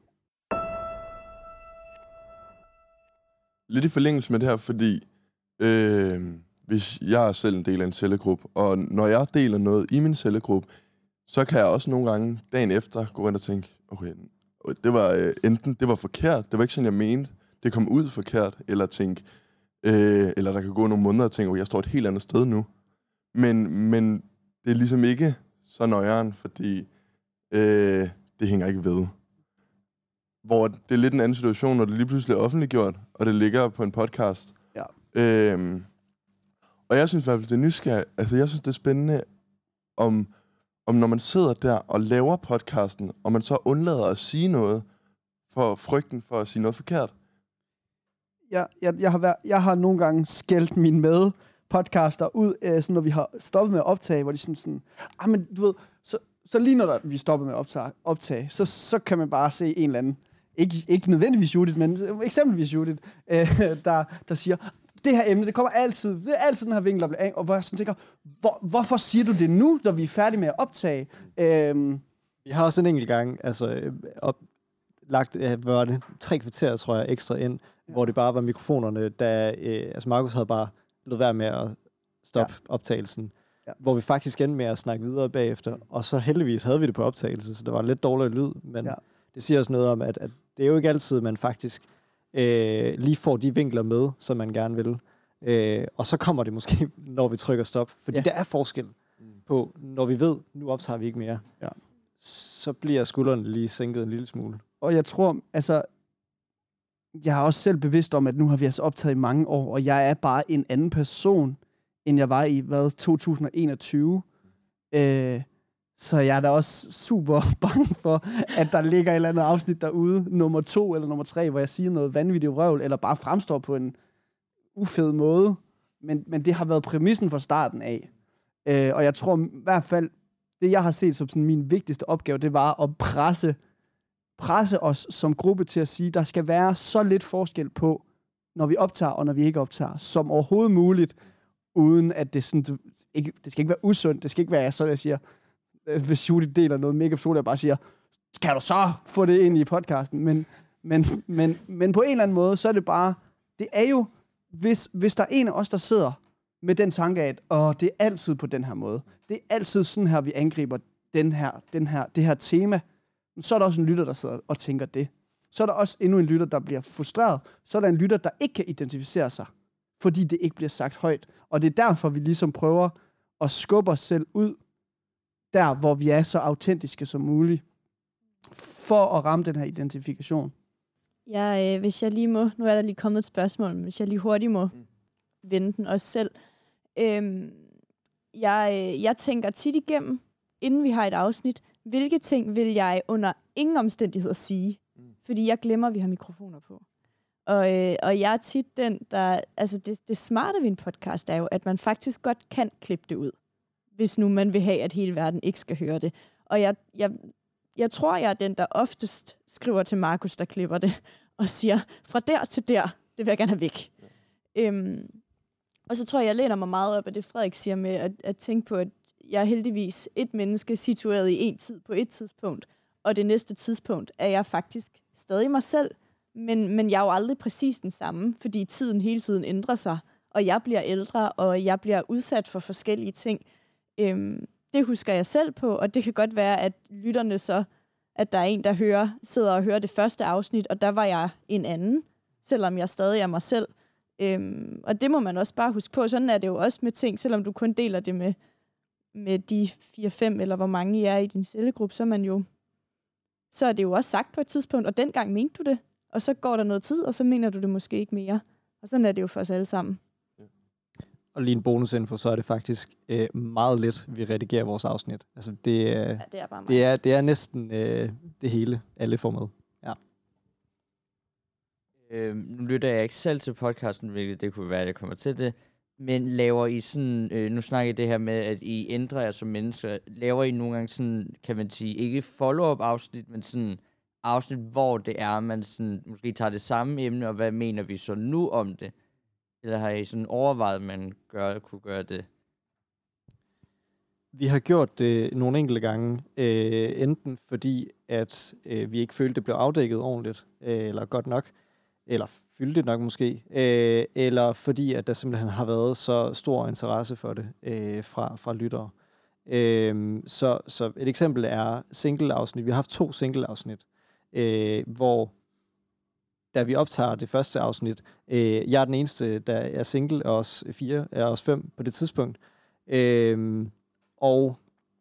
Lidt i forlængelse med det her, fordi øh, hvis jeg er selv en del af en cellegruppe, og når jeg deler noget i min cellegruppe, så kan jeg også nogle gange dagen efter gå ind og tænke, okay, det var øh, enten det var forkert, det var ikke sådan, jeg mente, det kom ud forkert, eller tænke, øh, eller der kan gå nogle måneder og tænke, okay, jeg står et helt andet sted nu. Men, men det er ligesom ikke så nøjeren, fordi øh, det hænger ikke ved. Hvor det er lidt en anden situation, når det lige pludselig er offentliggjort, og det ligger på en podcast. Ja. Øh, og jeg synes i hvert fald, det er nysgerrigt. Altså, jeg synes, det er spændende, om om når man sidder der og laver podcasten, og man så undlader at sige noget, for frygten for at sige noget forkert. Jeg, jeg, jeg, har, været, jeg har nogle gange skældt mine med podcaster ud, øh, sådan, når vi har stoppet med at optage, hvor de sådan sådan, ah, men du ved, så, så lige når der, vi stopper med at optage, optage så, så kan man bare se en eller anden, ikke, ikke nødvendigvis Judith, men eksempelvis Judith, øh, der, der siger, det her emne, det kommer altid, det er altid den her vinkel, der bliver af, og hvor jeg sådan tænker, hvor, hvorfor siger du det nu, når vi er færdige med at optage? Øhm, Vi har også en enkelt gang, altså op, lagt, hvad var det, tre kvarter, tror jeg, ekstra ind, ja. Hvor det bare var mikrofonerne, da øh, altså Markus havde bare lød være med at stoppe ja. optagelsen. Ja. Hvor vi faktisk endte med at snakke videre bagefter, og så heldigvis havde vi det på optagelse, så der var lidt dårligere lyd, men ja. det siger også noget om, at, at det er jo ikke altid, man faktisk øh, lige får de vinkler med, som man gerne vil. Øh, og så kommer det måske, når vi trykker stop, fordi ja. der er forskel på, når vi ved, nu optager vi ikke mere. Ja. Så bliver skuldrene lige sænket en lille smule. Og jeg tror, altså, jeg er også selv bevidst om, at nu har vi altså optaget i mange år, og jeg er bare en anden person, end jeg var i, hvad, to tusind og enogtyve. Øh, så jeg er da også super bange for, at der ligger et eller andet afsnit derude, nummer to eller nummer tre, hvor jeg siger noget vanvittigt røvl, eller bare fremstår på en ufed måde. Men, men det har været præmissen fra starten af. Øh, og jeg tror i hvert fald, det jeg har set som sådan min vigtigste opgave, det var at presse, presse os som gruppe til at sige, der skal være så lidt forskel på, når vi optager og når vi ikke optager, som overhovedet muligt, uden at det sådan, ikke, det skal ikke være usundt, det skal ikke være sådan, jeg siger, hvis Judith deler noget makeup, så jeg bare siger, kan du så få det ind i podcasten? Men, men, men, men på en eller anden måde, så er det bare, det er jo, hvis, hvis der er en af os, der sidder med den tanke af, at åh, det er altid på den her måde, det er altid sådan her, vi angriber den her, den her, det her tema, så er der også en lytter, der sidder og tænker det. Så er der også endnu en lytter, der bliver frustreret. Så er der en lytter, der ikke kan identificere sig, fordi det ikke bliver sagt højt. Og det er derfor, vi ligesom prøver at skubbe os selv ud, der hvor vi er så autentiske som muligt, for at ramme den her identifikation. Ja, øh, hvis jeg lige må, nu er der lige kommet et spørgsmål, men hvis jeg lige hurtigt må vende den også selv. Øhm, jeg, øh, jeg tænker tit igennem, inden vi har et afsnit, hvilke ting vil jeg under ingen omstændigheder sige, mm. fordi jeg glemmer, at vi har mikrofoner på. Og, øh, og jeg er tit den, der... Altså, det, det smarte ved en podcast er jo, at man faktisk godt kan klippe det ud, hvis nu man vil have, at hele verden ikke skal høre det. Og jeg, jeg, jeg tror, jeg er den, der oftest skriver til Markus, der klipper det, og siger, fra der til der, det vil jeg gerne have væk. Ja. Øhm, og så tror jeg, jeg læner mig meget op af det, Frederik siger med at, at tænke på, at jeg er heldigvis et menneske situeret i en tid på et tidspunkt, og det næste tidspunkt er jeg faktisk stadig mig selv, men, men jeg er jo aldrig præcis den samme, fordi tiden hele tiden ændrer sig, og jeg bliver ældre, og jeg bliver udsat for forskellige ting. Øhm, det husker jeg selv på, og det kan godt være, at lytterne så, at der er en, der hører, sidder og hører det første afsnit, og der var jeg en anden, selvom jeg stadig er mig selv. Øhm, og det må man også bare huske på. Sådan er det jo også med ting, selvom du kun deler det med med de fire fem, eller hvor mange I er i din cellegruppe, så er man jo, så er det jo også sagt på et tidspunkt, og dengang mente du det, og så går der noget tid, og så mener du det måske ikke mere. Og sådan er det jo for os alle sammen. Og lige en bonusinfo, så er det faktisk øh, meget lidt, vi redigerer vores afsnit. Altså det, øh, ja, det er bare det er, det er næsten øh, det hele, alle får med. Ja. Øh, nu lytter jeg ikke selv til podcasten, hvilket det kunne være, at jeg kommer til det. Men laver I sådan, øh, nu snakker I det her med, at I ændrer jer som mennesker, laver I nogle gange sådan, kan man sige, ikke follow-up afsnit, men sådan afsnit, hvor det er, man sådan, måske tager det samme emne, og hvad mener vi så nu om det? Eller har I sådan overvejet, at man gør, kunne gøre det? Vi har gjort det nogle enkelte gange, øh, enten fordi, at øh, vi ikke følte, det blev afdækket ordentligt, øh, eller godt nok, eller fyldte nok måske, øh, eller fordi, at der simpelthen har været så stor interesse for det øh, fra, fra lyttere. Øh, så, så et eksempel er single-afsnit. Vi har haft to single-afsnit, øh, hvor da vi optager det første afsnit, øh, jeg er den eneste, der er single, og os fire er os fem på det tidspunkt. Øh, og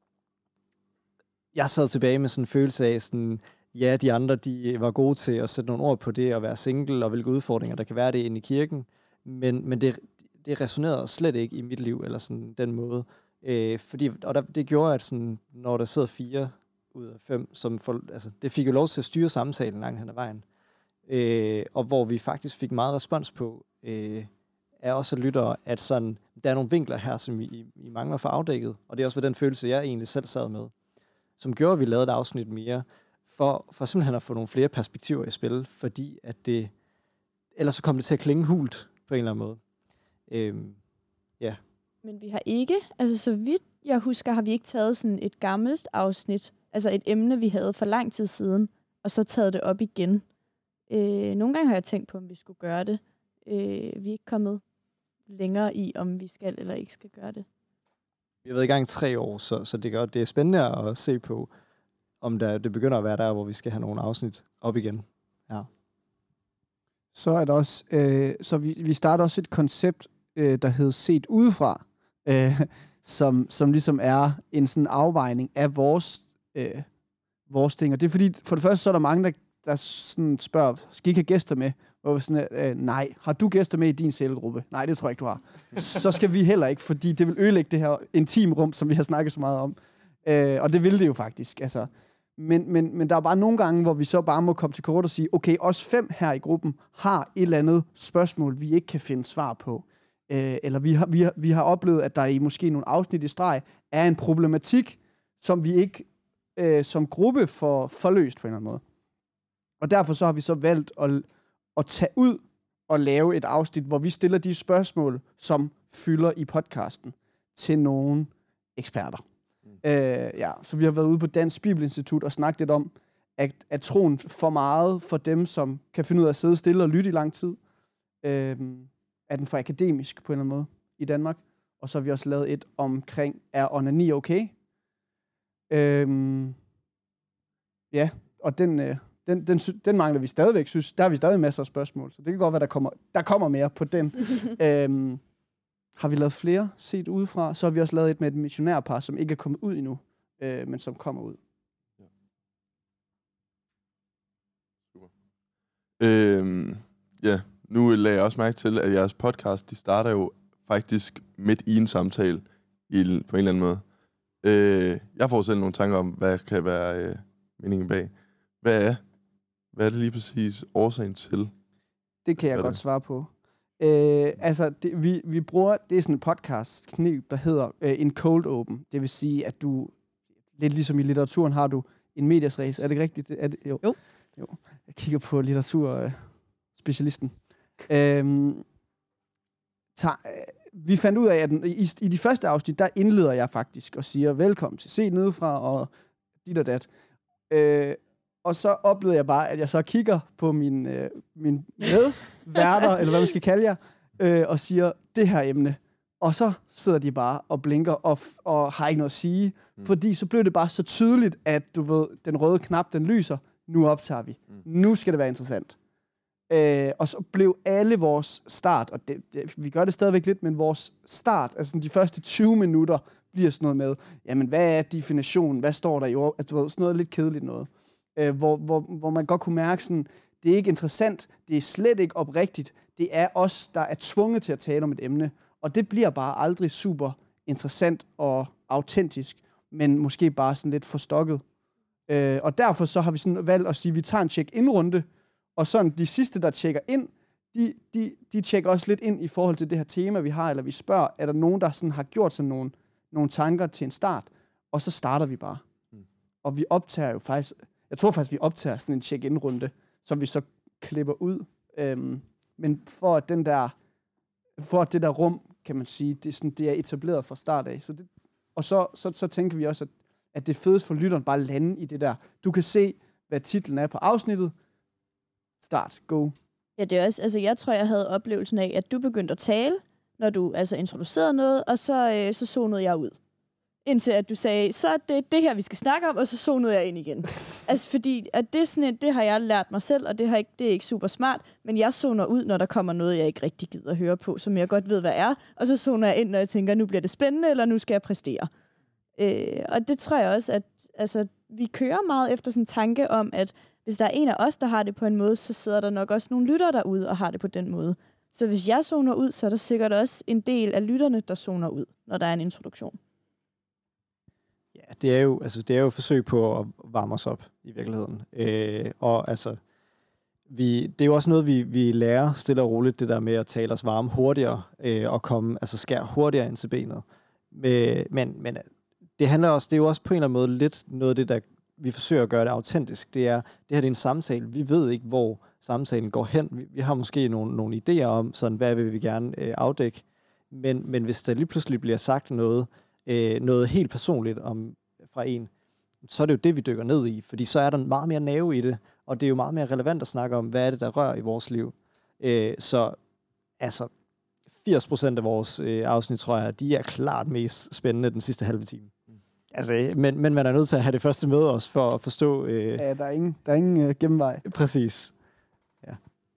jeg sad tilbage med sådan en følelse af, sådan, ja, de andre, de var gode til at sætte nogle ord på det, og være single, og hvilke udfordringer der kan være det inde i kirken. Men, men det, det resonerede slet ikke i mit liv, eller sådan den måde. Øh, fordi, og der, det gjorde, at sådan, når der sidder fire ud af fem, som for, altså, det fik jo lov til at styre samtalen langt hen ad vejen. Øh, og hvor vi faktisk fik meget respons på, øh, er også lyttere, at sådan, der er nogle vinkler her, som I, I mangler for afdækket. Og det er også ved den følelse, jeg egentlig selv sad med, som gjorde, at vi lavede et afsnit mere, for, for simpelthen at få nogle flere perspektiver i spil, fordi at det, ellers så kom det til at klinge hult på en eller anden måde. Øhm, ja. Men vi har ikke, altså så vidt jeg husker, har vi ikke taget sådan et gammelt afsnit, altså et emne, vi havde for lang tid siden, og så taget det op igen. Øh, nogle gange har jeg tænkt på, om vi skulle gøre det. Øh, vi er ikke kommet længere i, om vi skal eller ikke skal gøre det. Vi har været i gang i tre år, så, så det, gør, det er spændende at se på, om der, det begynder at være der, hvor vi skal have nogle afsnit op igen. Ja. Så er der også, øh, så vi, vi starter også et koncept, øh, der hedder Set Udefra, øh, som, som ligesom er en sådan afvejning af vores, øh, vores ting. Og det er fordi, for det første, så er der mange, der, der sådan spørger, skal I ikke have gæster med? Hvor vi sådan, øh, nej, har du gæster med i din cellegruppe? Nej, det tror jeg ikke, du har. Så skal vi heller ikke, fordi det vil ødelægge det her intime rum, som vi har snakket så meget om. Øh, og det vil det jo faktisk, altså. Men, men, men der er bare nogle gange, hvor vi så bare må komme til kort og sige, okay, os fem her i gruppen har et eller andet spørgsmål, vi ikke kan finde svar på. Øh, eller vi har, vi, har, vi har oplevet, at der i måske nogle afsnit i streg er en problematik, som vi ikke øh, som gruppe får forløst på en eller anden måde. Og derfor så har vi så valgt at, at tage ud og lave et afsnit, hvor vi stiller de spørgsmål, som fylder i podcasten, til nogle eksperter. Øh, ja, så vi har været ude på Dansk Bibelinstitut og snakket lidt om, at, at troen for meget for dem, som kan finde ud af at sidde stille og lytte i lang tid, øh, er den for akademisk på en eller anden måde i Danmark. Og så har vi også lavet et omkring, er onani okay? Øh, ja, og den, øh, den, den, den mangler vi stadigvæk, synes. Der har vi stadig masser af spørgsmål, så det kan godt være, der kommer, der kommer mere på den. øh, Har vi lavet flere set udefra, så har vi også lavet et med et missionærpar, som ikke er kommet ud endnu, øh, men som kommer ud. Ja. Super. Øhm, ja, nu lagde jeg også mærke til, at jeres podcast, de starter jo faktisk midt i en samtale i, på en eller anden måde. Øh, jeg får selv nogle tanker om, hvad kan være øh, meningen bag. Hvad er, hvad er det lige præcis årsagen til? Det kan jeg godt det? svare på. Øh, altså, det, vi, vi bruger, det er sådan en podcast-knep, der hedder øh, en cold open. Det vil sige, at du, lidt ligesom i litteraturen, har du en medias res. Er det rigtigt? Er det, jo. jo. jo. Jeg kigger på litteraturspecialisten. Øh, tager, øh, vi fandt ud af, at i, i de første afsnit, der indleder jeg faktisk og siger, velkommen til Se Nedefra og dit og dat. Øh, Og så oplevede jeg bare, at jeg så kigger på min, øh, min medværter, eller hvad man skal kalde jer, øh, og siger, det her emne. Og så sidder de bare og blinker og, f- og har ikke noget at sige. Mm. Fordi så blev det bare så tydeligt, at du ved, den røde knap, den lyser. Nu optager vi. Mm. Nu skal det være interessant. Øh, og så blev alle vores start, og det, det, vi gør det stadigvæk lidt, men vores start, altså de første tyve minutter, bliver sådan noget med, jamen hvad er definitionen? Hvad står der i ord? Altså du ved, sådan noget lidt kedeligt noget. Øh, hvor, hvor, hvor man godt kunne mærke sådan, det er ikke interessant, det er slet ikke oprigtigt, det er os, der er tvunget til at tale om et emne, og det bliver bare aldrig super interessant og autentisk, men måske bare sådan lidt forstokket. Øh, og derfor så har vi sådan valgt at sige, at vi tager en check-in-runde, og sådan de sidste, der tjekker ind, de, de, de tjekker også lidt ind i forhold til det her tema, vi har, eller vi spørger, er der nogen, der sådan har gjort sådan nogle, nogle tanker til en start, og så starter vi bare. Mm. Og vi optager jo faktisk, jeg tror faktisk, vi optager sådan en check-in-runde, som vi så klipper ud. Øhm, men for at den der, for at det der rum, kan man sige, det er, sådan, det er etableret fra start af. Så det, og så, så, så tænker vi også, at, at det fedest for lytteren bare at lande i det der. Du kan se, hvad titlen er på afsnittet. Start. Go. Ja, det er også, altså jeg tror, jeg havde oplevelsen af, at du begyndte at tale, når du altså introducerede noget, og så, øh, så zonede jeg ud. Indtil at du sagde, så er det det her, vi skal snakke om, og så zonede jeg ind igen. Altså fordi, at det, sådan et, det har jeg lært mig selv, og det, har ikke, det er ikke super smart, men jeg zoner ud, når der kommer noget, jeg ikke rigtig gider at høre på, som jeg godt ved, hvad er, og så zoner jeg ind, når jeg tænker, nu bliver det spændende, eller nu skal jeg præstere. Øh, og det tror jeg også, at altså, vi kører meget efter sådan en tanke om, at hvis der er en af os, der har det på en måde, så sidder der nok også nogle lyttere derude og har det på den måde. Så hvis jeg zoner ud, så er der sikkert også en del af lytterne, der zoner ud, når der er en introduktion. Ja, det er jo, altså, det er jo et forsøg på at varme os op i virkeligheden. Øh, og altså, vi, det er jo også noget, vi, vi lærer stille og roligt, det der med at tale os varme hurtigere, øh, og komme, altså skære hurtigere ind til benet. Men, men, men det handler også, det er jo også på en eller anden måde lidt noget af det, der vi forsøger at gøre det autentisk. Det er, det her det er en samtale. Vi ved ikke, hvor samtalen går hen. Vi, vi har måske nogle, nogle idéer om, sådan, hvad vil vi gerne øh, afdække. Men, men hvis der lige pludselig bliver sagt noget, øh, noget helt personligt om, fra en, så er det jo det, vi dykker ned i, fordi så er der meget mere nerve i det, og det er jo meget mere relevant at snakke om, hvad er det, der rører i vores liv. Øh, så altså, firs procent af vores øh, afsnit, tror jeg, de er klart mest spændende den sidste halve time. Mm. Altså, men, men man er nødt til at have det første med os, for at forstå... Øh, ja, der er ingen, der er ingen øh, gennemvej. Præcis. Ja.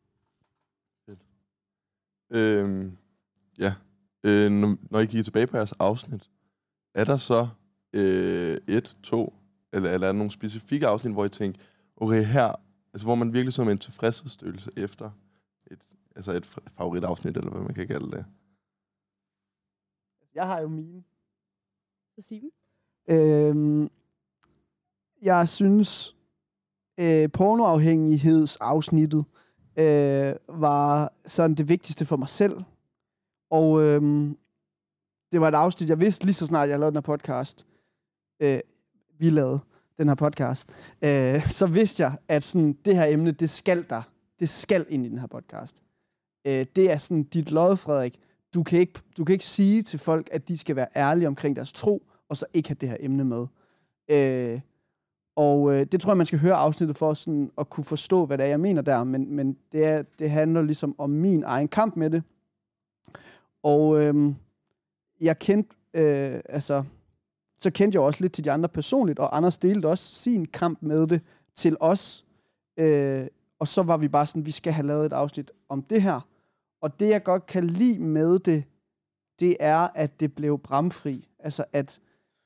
Øhm, ja. Øh, når, når I kigger tilbage på jeres afsnit, er der så øh, et, to, eller, eller er der nogle specifikke afsnit, hvor I tænker, okay, her, altså hvor man virkelig som en tilfredshedsstøelse efter et, altså et favoritafsnit, eller hvad man kan kalde det? Jeg har jo mine. Så sig dem. Øhm, jeg synes, øh, pornoafhængighedsafsnittet øh, var sådan det vigtigste for mig selv. Og øhm, det var et afsnit, jeg vidste lige så snart, jeg lavede den her podcast. Øh, vi lavede den her podcast. Øh, så vidste jeg, at sådan, det her emne, det skal der. Det skal ind i den her podcast. Øh, det er sådan dit lod, Frederik. Du kan, ikke, du kan ikke sige til folk, at de skal være ærlige omkring deres tro, og så ikke have det her emne med. Øh, og øh, det tror jeg, man skal høre afsnittet for sådan, at kunne forstå, hvad det er, jeg mener der. Men, men det, er, det handler ligesom om min egen kamp med det. Og øh, jeg kendte, øh, altså, så kendte jeg også lidt til de andre personligt, og Anders delte også sin kamp med det til os. Øh, og så var vi bare sådan, vi skal have lavet et afsnit om det her. Og det, jeg godt kan lide med det, det er, at det blev bramfri. Altså, at,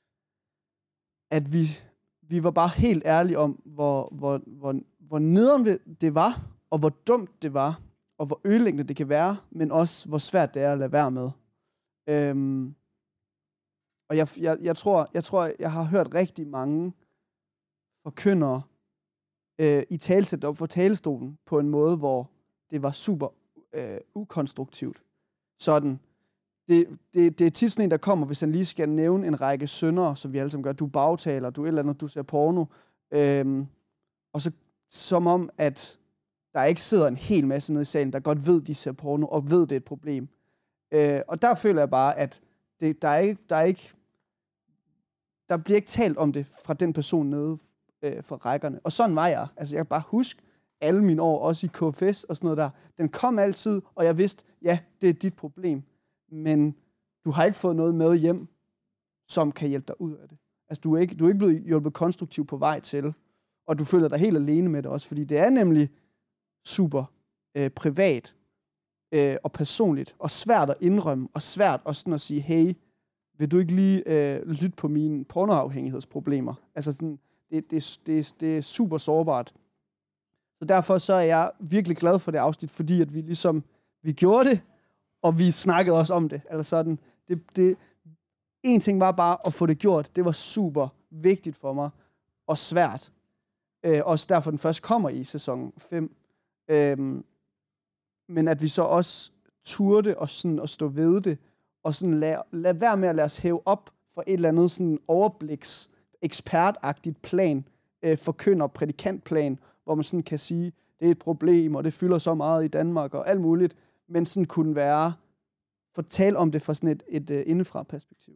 at vi, vi var bare helt ærlige om, hvor, hvor, hvor, hvor nederen det var, og hvor dumt det var, og hvor ødelæggende det kan være, men også, hvor svært det er at lade være med. Øhm, og jeg, jeg, jeg, tror, jeg tror, jeg har hørt rigtig mange forkyndere øh, i talsæt op for talestolen på en måde, hvor det var super øh, ukonstruktivt. Sådan. Det, det, det er tit sådan en, der kommer, hvis han lige skal nævne en række syndere, som vi alle sammen gør. Du bagtaler, du et eller andet, du ser porno. Øhm, og så som om, at der ikke sidder en hel masse nede i salen, der godt ved, de ser porno, og ved, det er et problem. Øh, og der føler jeg bare, at det, der, er ikke, der er ikke... Der bliver ikke talt om det fra den person nede øh, fra rækkerne. Og sådan var jeg. Altså, jeg kan bare huske alle mine år, også i K F S og sådan noget der. Den kom altid, og jeg vidste, ja, det er dit problem. Men du har ikke fået noget med hjem, som kan hjælpe dig ud af det. Altså, du er ikke, du er ikke blevet hjulpet konstruktivt på vej til, og du føler dig helt alene med det også, fordi det er nemlig super øh, privat øh, og personligt, og svært at indrømme, og svært også sådan at sige, hey, vil du ikke lige øh, lytte på mine pornoafhængighedsproblemer? Altså, sådan, det, det, det, det er super sårbart. Så derfor så er jeg virkelig glad for det afsnit, fordi at vi ligesom, vi gjorde det, og vi snakkede også om det. Altså sådan, det, det, en ting var bare at få det gjort. Det var super vigtigt for mig, og svært. Øh, også derfor den først kommer i sæson fem. Øhm, men at vi så også turde og sådan at stå ved det, og sådan lad, lad være med at lade os hæve op for et eller andet sådan overbliks, ekspertagtigt plan, øh, forkynder, prædikantplan, hvor man sådan kan sige, det er et problem, og det fylder så meget i Danmark, og alt muligt, men sådan kunne være, fortælle om det fra sådan et, et, et indefra perspektiv.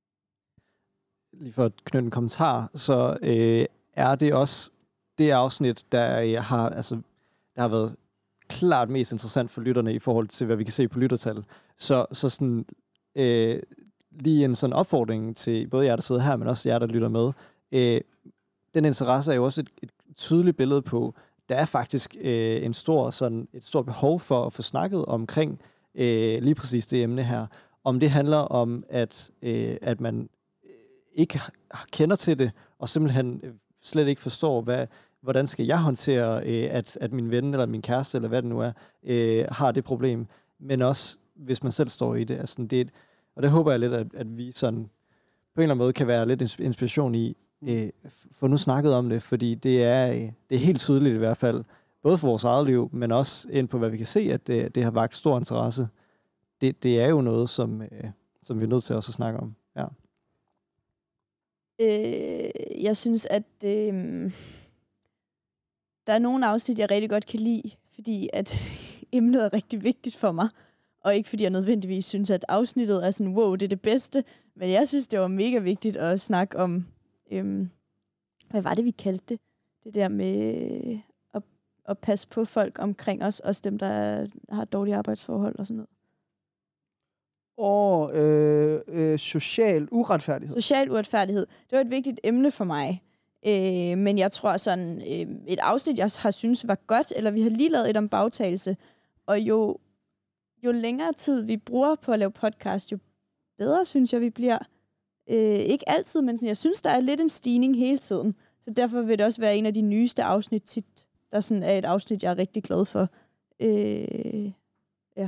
Lige for at knytte en kommentar, så øh, er det også det afsnit, der har, altså, der har været klart mest interessant for lytterne i forhold til, hvad vi kan se på lyttertal. Så, så sådan, øh, lige en sådan opfordring til både jer, der sidder her, men også jer, der lytter med. Øh, den interesse er jo også et, et tydeligt billede på, der er faktisk øh, en stor, sådan, et stort behov for at få snakket omkring øh, lige præcis det emne her. Om det handler om, at, øh, at man ikke kender til det, og simpelthen slet ikke forstår, hvad, hvordan skal jeg håndtere, øh, at, at min ven eller min kæreste, eller hvad det nu er, øh, har det problem. Men også, hvis man selv står i det. Altså, det og det håber jeg lidt, at, at vi sådan, på en eller anden måde kan være lidt inspiration i, øh, få nu snakket om det, fordi det er, øh, det er helt tydeligt i hvert fald, både for vores eget liv, men også ind på, hvad vi kan se, at det, det har vakt stor interesse. Det, det er jo noget, som, øh, som vi er nødt til også at snakke om. Ja. Øh, jeg synes, at øh, der er nogle afsnit, jeg rigtig godt kan lide, fordi at emnet er rigtig vigtigt for mig. Og ikke fordi jeg nødvendigvis synes, at afsnittet er sådan, wow, det er det bedste. Men jeg synes, det var mega vigtigt at snakke om, øhm, hvad var det, vi kaldte det? Det der med at, at passe på folk omkring os, også dem, der har dårlige arbejdsforhold og sådan noget. Og øh, øh, social uretfærdighed. Social uretfærdighed. Det var et vigtigt emne for mig. Øh, men jeg tror sådan, øh, et afsnit, jeg har synes var godt, eller vi har lige lavet et om bagtagelse, og jo, jo længere tid vi bruger på at lave podcast, jo bedre synes jeg, vi bliver. Øh, ikke altid, men sådan, jeg synes, der er lidt en stigning hele tiden. Så derfor vil det også være en af de nyeste afsnit tit, der sådan er et afsnit, jeg er rigtig glad for. Øh, ja.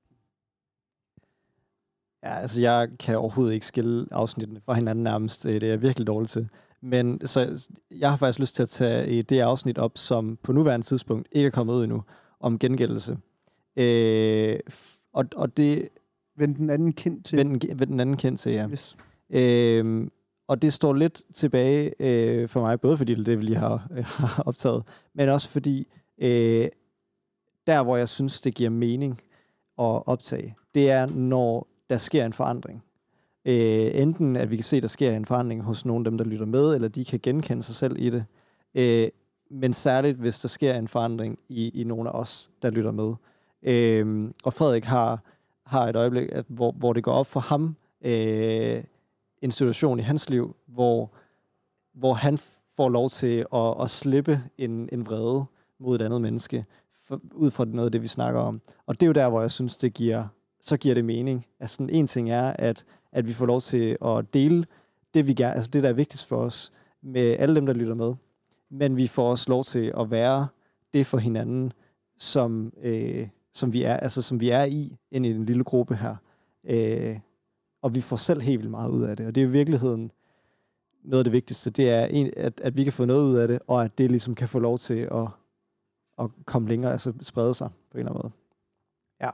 Ja, altså jeg kan overhovedet ikke skille afsnittene fra hinanden nærmest. Det er jeg virkelig dårlig til. Men så jeg har faktisk lyst til at tage det afsnit op, som på nuværende tidspunkt ikke er kommet ud endnu, om gengældelse. Øh, og, og det... Vend den anden kind til. Vend, vend den anden kind til, ja. Yes. Øh, og det står lidt tilbage øh, for mig, både fordi det er det, vi lige har, øh, har optaget, men også fordi øh, der, hvor jeg synes, det giver mening at optage, det er, når der sker en forandring. Øh, enten at vi kan se, at der sker en forandring hos nogle af dem, der lytter med, eller de kan genkende sig selv i det. Øh, men særligt, hvis der sker en forandring i, i nogle af os, der lytter med. Øh, og Frederik har, har et øjeblik, at, hvor, hvor det går op for ham, øh, en situation i hans liv, hvor, hvor han får lov til at, at slippe en, en vrede mod et andet menneske, for, ud fra noget af det, vi snakker om. Og det er jo der, hvor jeg synes, det giver, så giver det mening. Altså, sådan en ting er, at, at vi får lov til at dele det, vi gerne, altså det, der er vigtigst for os, med alle dem, der lytter med. Men vi får også lov til at være det for hinanden, som, øh, som, vi, er, altså, som vi er i, ind i en lille gruppe her. Øh, og vi får selv helt vildt meget ud af det. Og det er i virkeligheden noget af det vigtigste. Det er, en, at, at vi kan få noget ud af det, og at det ligesom kan få lov til at, at komme længere, altså sprede sig på en eller anden måde. Ja.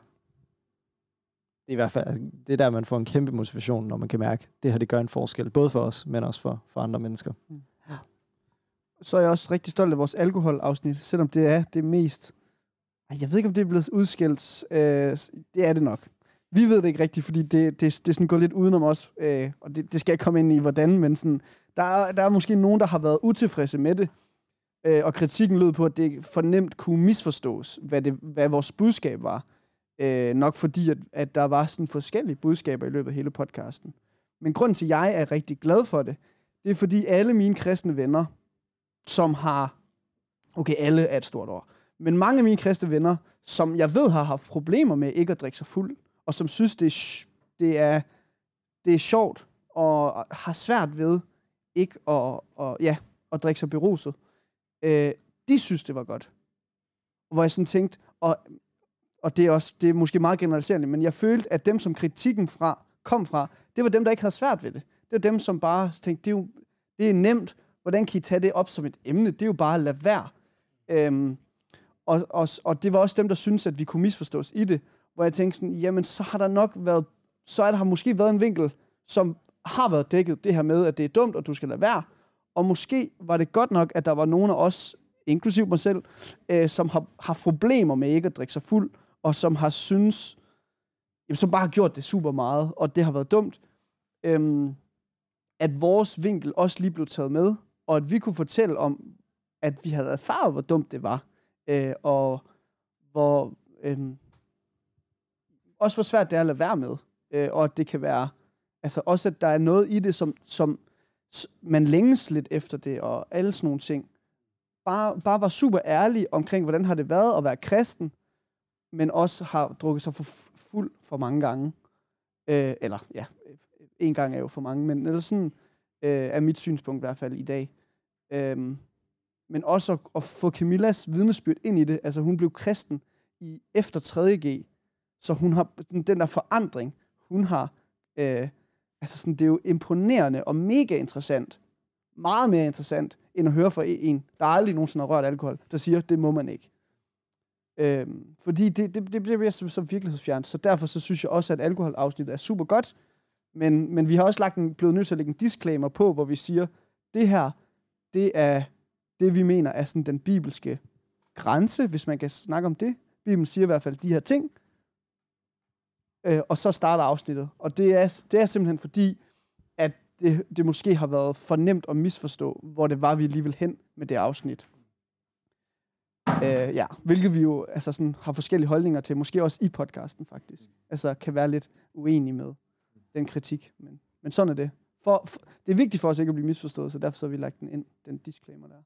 Det er i hvert fald altså, det er der, man får en kæmpe motivation, når man kan mærke, at det her det gør en forskel. Både for os, men også for, for andre mennesker. Mm. Ja. Så er jeg også rigtig stolt af vores alkoholafsnit, selvom det er det mest... Jeg ved ikke, om det er blevet udskilt. Øh, det er det nok. Vi ved det ikke rigtigt, fordi det, det, det sådan går lidt udenom os, øh, og det, det skal jeg komme ind i, hvordan, men sådan, der, er, der er måske nogen, der har været utilfredse med det, øh, og kritikken lød på, at det for nemt kunne misforstås, hvad, det, hvad vores budskab var. Øh, nok fordi, at, at der var sådan forskellige budskaber i løbet af hele podcasten. Men grunden til, at jeg er rigtig glad for det, det er fordi alle mine kristne venner, som har, okay, alle er et stort ord, men mange af mine kristne venner, som jeg ved har haft problemer med ikke at drikke sig fuld, og som synes, det er, det er, det er sjovt, og har svært ved ikke at, og, ja, at drikke sig beruset. Øh, de synes, det var godt. Hvor jeg sådan tænkte, og, og det, er også, det er måske meget generaliserende, men jeg følte, at dem, som kritikken fra, kom fra, det var dem, der ikke havde svært ved det. Det var dem, som bare tænkte, det er jo det er nemt. Hvordan kan I tage det op som et emne? Det er jo bare at lade være. Øhm, og, og, og det var også dem, der syntes, at vi kunne misforstås i det. Hvor jeg tænkte sådan, jamen så har der nok været, så er der har måske været en vinkel, som har været dækket det her med, at det er dumt, og du skal lade være. Og måske var det godt nok, at der var nogen af os, inklusiv mig selv, øh, som har haft problemer med ikke at drikke sig fuld, og som har synes, jamen, som bare har gjort det super meget, og det har været dumt. Øhm, at vores vinkel også lige blev taget med, og at vi kunne fortælle om, at vi havde erfaret, hvor dumt det var, øh, og hvor... Øh, også hvor svært det er at lade være med, øh, og at det kan være, altså også at der er noget i det, som, som man længes lidt efter det, og alle sådan nogle ting. Bare, bare var super ærlig omkring, hvordan har det været at være kristen, men også har drukket sig for fuld for mange gange. Øh, eller ja, en gang er jo for mange, men eller sådan øh, er mit synspunkt i hvert fald i dag. Øh, men også at, at få Camillas vidnesbyrd ind i det. Altså hun blev kristen i efter tredje G, så hun har den der forandring, hun har, øh, altså sådan, det er jo imponerende og mega interessant, meget mere interessant, end at høre fra en, der aldrig nogensinde har rørt alkohol, der siger, det må man ikke. Øh, fordi det, det, det bliver så, så virkelighedsfjernt, så derfor så synes jeg også, at alkoholafsnittet er super godt, men, men vi har også lagt en, blevet nødt til at lægge en disclaimer på, hvor vi siger, det her, det er det, vi mener er sådan den bibelske grænse, hvis man kan snakke om det. Bibelen siger i hvert fald de her ting, øh, og så starter afsnittet. Og det er, det er simpelthen fordi, at det, det måske har været for nemt at misforstå, hvor det var, vi lige vil hen med det afsnit. Øh, ja, hvilket vi jo altså sådan, har forskellige holdninger til, måske også i podcasten faktisk. Altså kan være lidt uenige med den kritik, men, men sådan er det. For, for, det er vigtigt for os ikke at blive misforstået, så derfor så har vi lagt den ind, den disclaimer der.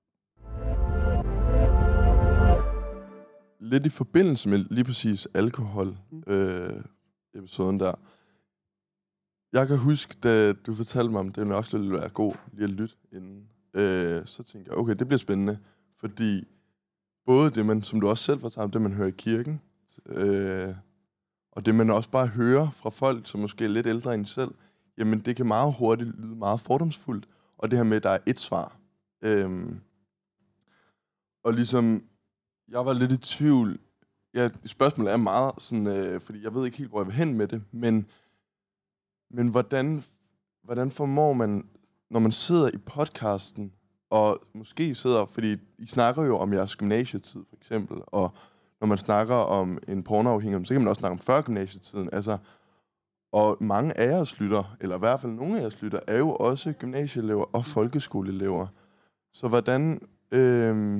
Lidt i forbindelse med lige præcis alkohol-episoden mm. øh, der. Jeg kan huske, da du fortalte mig om, det nok ville være god lige at lytte inden. Øh, så tænkte jeg, okay, det bliver spændende, fordi både det, man, som du også selv fortalte, det man hører i kirken, øh, og det man også bare hører fra folk, som måske er lidt ældre end selv, jamen det kan meget hurtigt lyde meget fordomsfuldt, og det her med, at der er et svar. Øh, og ligesom, jeg var lidt i tvivl. Ja, spørgsmålet er meget sådan, øh, fordi jeg ved ikke helt, hvor jeg vil hen med det, men, men hvordan, hvordan formår man, når man sidder i podcasten, og måske sidder, fordi I snakker jo om jeres gymnasietid, for eksempel, og når man snakker om en pornoafhængighed, så kan man også snakke om før gymnasietiden, altså, og mange af jeres lytter, eller i hvert fald nogle af jeres lytter, er jo også gymnasieelever og folkeskoleelever. Så hvordan, øh,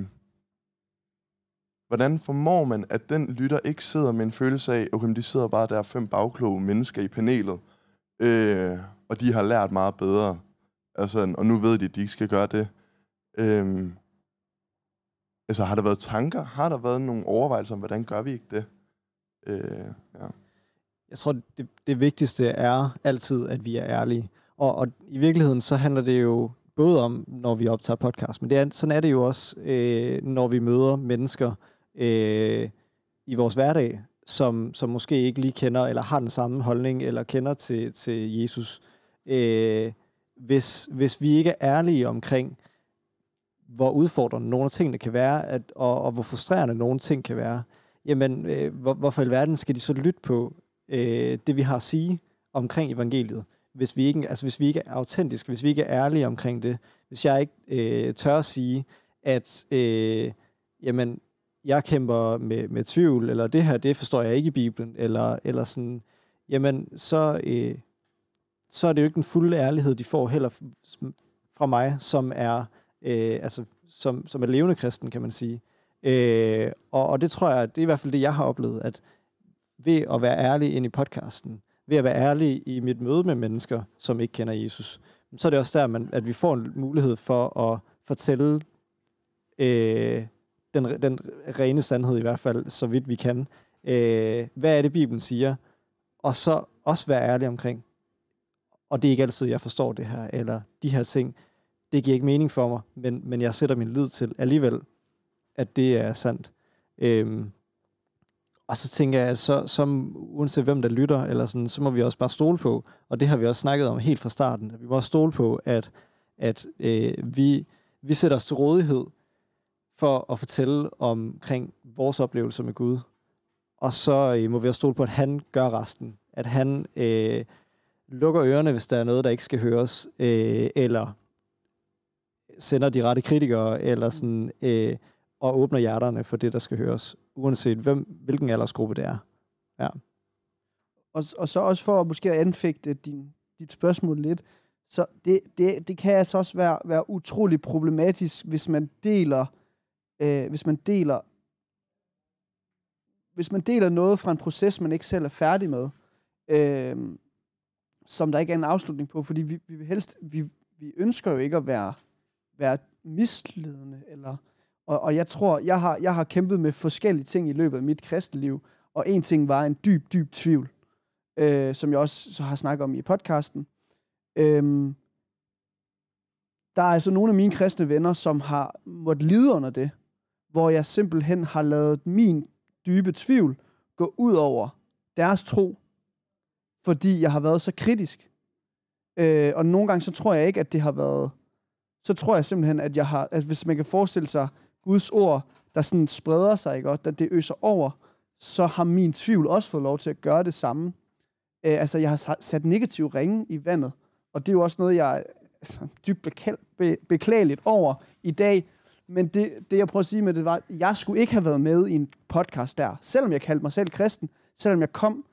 hvordan formår man, at den lytter ikke sidder med en følelse af, okay, de sidder bare der fem bagkloge mennesker i panelet, øh, og de har lært meget bedre, altså, og nu ved de, at de ikke skal gøre det. Øhm, altså, har der været tanker? Har der været nogle overvejelser om, hvordan gør vi ikke det? Øh, ja. Jeg tror, det, det vigtigste er altid, at vi er ærlige. Og, og i virkeligheden, så handler det jo både om, når vi optager podcast, men det er, sådan er det jo også, øh, når vi møder mennesker øh, i vores hverdag, som, som måske ikke lige kender, eller har den samme holdning, eller kender til, til Jesus. Øh, hvis, hvis vi ikke er ærlige omkring, hvor udfordrende nogle af tingene kan være, at, og, og hvor frustrerende nogle ting kan være, jamen, øh, hvor, hvorfor i verden skal de så lytte på øh, det, vi har at sige omkring evangeliet, hvis vi ikke, altså, hvis vi ikke er autentiske, hvis vi ikke er ærlige omkring det, hvis jeg ikke øh, tør at sige, at øh, jamen, jeg kæmper med, med tvivl, eller det her, det forstår jeg ikke i Bibelen, eller, eller sådan, jamen, så, øh, så er det jo ikke den fulde ærlighed, de får heller fra mig, som er Øh, altså, som, som er levende kristen, kan man sige. Øh, og, og det tror jeg, det er i hvert fald det, jeg har oplevet, at ved at være ærlig ind i podcasten, ved at være ærlig i mit møde med mennesker, som ikke kender Jesus, så er det også der, man, at vi får en mulighed for at fortælle øh, den, den rene sandhed i hvert fald, så vidt vi kan. Øh, hvad er det, Bibelen siger? Og så også være ærlig omkring, og det er ikke altid, jeg forstår det her, eller de her ting, det giver ikke mening for mig, men, men jeg sætter min lid til alligevel, at det er sandt. Øhm, og så tænker jeg, at så, som, uanset hvem der lytter, eller sådan, så må vi også bare stole på, og det har vi også snakket om helt fra starten, at vi må også stole på, at, at øh, vi, vi sætter os til rådighed for at fortælle omkring vores oplevelser med Gud. Og så øh, må vi også stole på, at han gør resten. At han øh, lukker ørerne, hvis der er noget, der ikke skal høres, øh, eller sender de rette kritikere, eller sådan, øh, og åbner hjerterne for det, der skal høres, uanset hvem, hvilken aldersgruppe det er. Ja. Og, og så også for at måske anfægte din, dit spørgsmål lidt, så det, det, det kan altså også være, være utrolig problematisk, hvis man deler, øh, hvis man deler, hvis man deler noget fra en proces, man ikke selv er færdig med, øh, som der ikke er en afslutning på, fordi vi, vi vil helst, vi, vi ønsker jo ikke at være være misledende, eller, og, og jeg tror, jeg har, jeg har kæmpet med forskellige ting i løbet af mit kristeliv, og en ting var en dyb, dyb tvivl, øh, som jeg også så har snakket om i podcasten. Øhm, der er altså nogle af mine kristne venner, som har måttet lide under det, hvor jeg simpelthen har ladet min dybe tvivl gå ud over deres tro, fordi jeg har været så kritisk. Øh, og nogle gange så tror jeg ikke, at det har været så tror jeg simpelthen, at jeg har, altså hvis man kan forestille sig Guds ord, der sådan spreder sig, ikke, og det øser over, så har min tvivl også fået lov til at gøre det samme. Øh, altså, jeg har sat negative ringe i vandet, og det er jo også noget, jeg er altså, dybt be- beklageligt over i dag. Men det, det, jeg prøver at sige med det, var, at jeg skulle ikke have været med i en podcast der, selvom jeg kaldte mig selv kristen, selvom jeg kom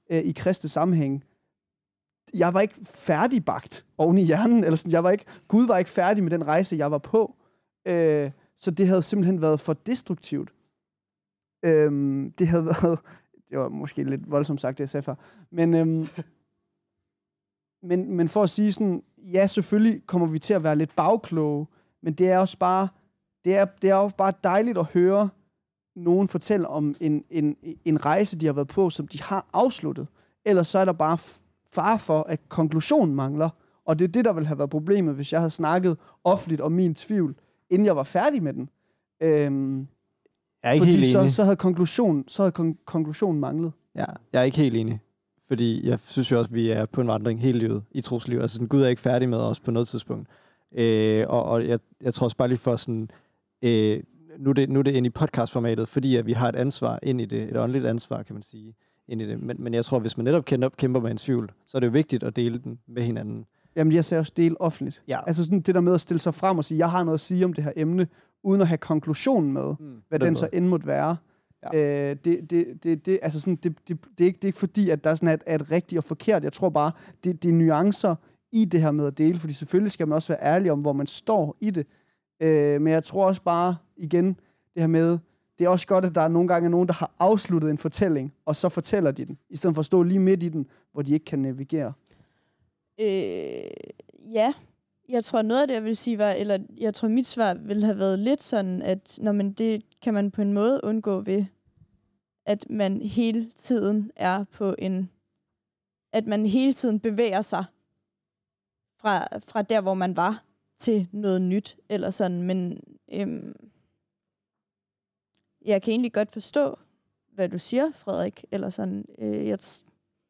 øh, i kristne sammenhæng. Jeg var ikke færdigbagt oven i hjernen, eller sådan, jeg var ikke, Gud var ikke færdig med den rejse, jeg var på. Øh, så det havde simpelthen været for destruktivt. Øh, det havde været, det var måske lidt voldsomt sagt, det jeg sagde før, men, øh, men, men for at sige sådan, ja, selvfølgelig kommer vi til at være lidt bagkloge, men det er også bare, det er, det er også bare dejligt at høre nogen fortælle om en, en, en rejse, de har været på, som de har afsluttet. Ellers så er der bare fare for, at konklusionen mangler. Og det er det, der ville have været problemet, hvis jeg havde snakket offentligt om min tvivl, inden jeg var færdig med den. Øhm, jeg er ikke fordi helt så, enig. så havde konklusionen, så havde kon- konklusionen manglet. Ja, jeg er ikke helt enig. Fordi jeg synes jo også, at vi er på en vandring hele livet i troslivet. Altså sådan, Gud er ikke færdig med os på noget tidspunkt. Øh, og og jeg, jeg tror også bare lige for sådan... Øh, nu, er det, nu er det ind i podcastformatet, fordi at vi har et ansvar ind i det. Et åndeligt ansvar, kan man sige. Ind i det. Men, men jeg tror, hvis man netop kender, kæmper med en tvivl, så er det jo vigtigt at dele den med hinanden. Jamen, jeg sagde også dele offentligt. Ja. Altså sådan det der med at stille sig frem og sige, jeg har noget at sige om det her emne, uden at have konklusionen med, mm, hvad den, den så end måtte være. Ja. Øh, det, det, det, det, altså sådan, det, det, det, er ikke, det er ikke fordi, at der er sådan et, et rigtigt og forkert. Jeg tror bare, det, det er nuancer i det her med at dele, fordi selvfølgelig skal man også være ærlig om, hvor man står i det. Øh, men jeg tror også bare, igen, det her med, det er også godt, at der er nogle gange nogen, der har afsluttet en fortælling, og så fortæller de den, i stedet for at stå lige midt i den, hvor de ikke kan navigere. Øh, ja, jeg tror noget af det, jeg vil sige var, eller jeg tror mit svar ville have været lidt sådan, at når man, det kan man på en måde undgå ved, at man hele tiden er på en, at man hele tiden bevæger sig fra, fra der, hvor man var, til noget nyt, eller sådan, men øhm, jeg kan egentlig godt forstå, hvad du siger, Frederik, eller sådan, øh, jeg, t-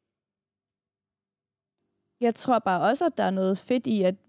jeg tror bare også, at der er noget fedt i, at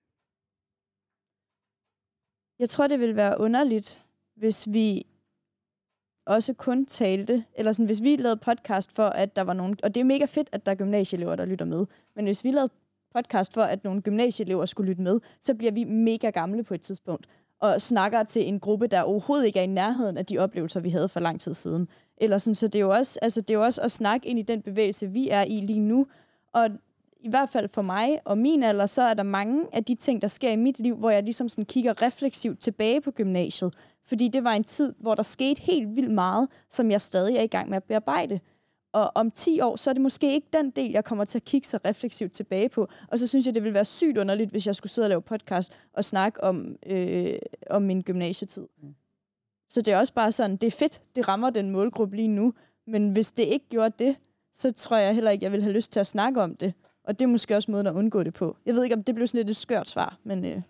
jeg tror, det ville være underligt, hvis vi også kun talte, eller sådan, hvis vi lavede podcast for, at der var nogen, og det er mega fedt, at der er gymnasieelever, der lytter med, men hvis vi lavede podcast for, at nogle gymnasieelever skulle lytte med, så bliver vi mega gamle på et tidspunkt, og snakker til en gruppe, der overhovedet ikke er i nærheden af de oplevelser, vi havde for lang tid siden. Eller sådan, så det er jo også, altså det er jo også at snakke ind i den bevægelse, vi er i lige nu. Og i hvert fald for mig og min alder, så er der mange af de ting, der sker i mit liv, hvor jeg ligesom sådan kigger refleksivt tilbage på gymnasiet. Fordi det var en tid, hvor der skete helt vildt meget, som jeg stadig er i gang med at bearbejde. Og om ti år, så er det måske ikke den del, jeg kommer til at kigge så refleksivt tilbage på. Og så synes jeg, det ville være sygt underligt, hvis jeg skulle sidde og lave podcast og snakke om, øh, om min gymnasietid. Mm. Så det er også bare sådan, det er fedt, det rammer den målgruppe lige nu. Men hvis det ikke gjorde det, så tror jeg heller ikke, jeg ville have lyst til at snakke om det. Og det er måske også måden at undgå det på. Jeg ved ikke, om det blev sådan lidt et skørt svar, men... Øh.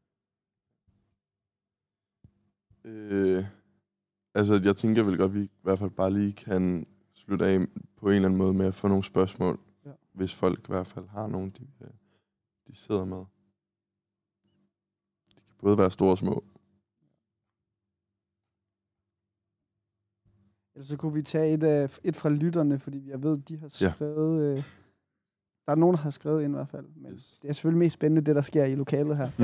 Øh, altså, jeg tænker vel godt, at vi i hvert fald bare lige kan slutte af på en eller anden måde med at få nogle spørgsmål, ja. Hvis folk i hvert fald har nogen, de, de sidder med. De kan både være store og små. Ellers så kunne vi tage et, af, et fra lytterne, fordi jeg ved, de har skrevet... Ja. Øh, der er nogen, der har skrevet ind i hvert fald. Men yes. Det er selvfølgelig mest spændende, det der sker i lokalet her.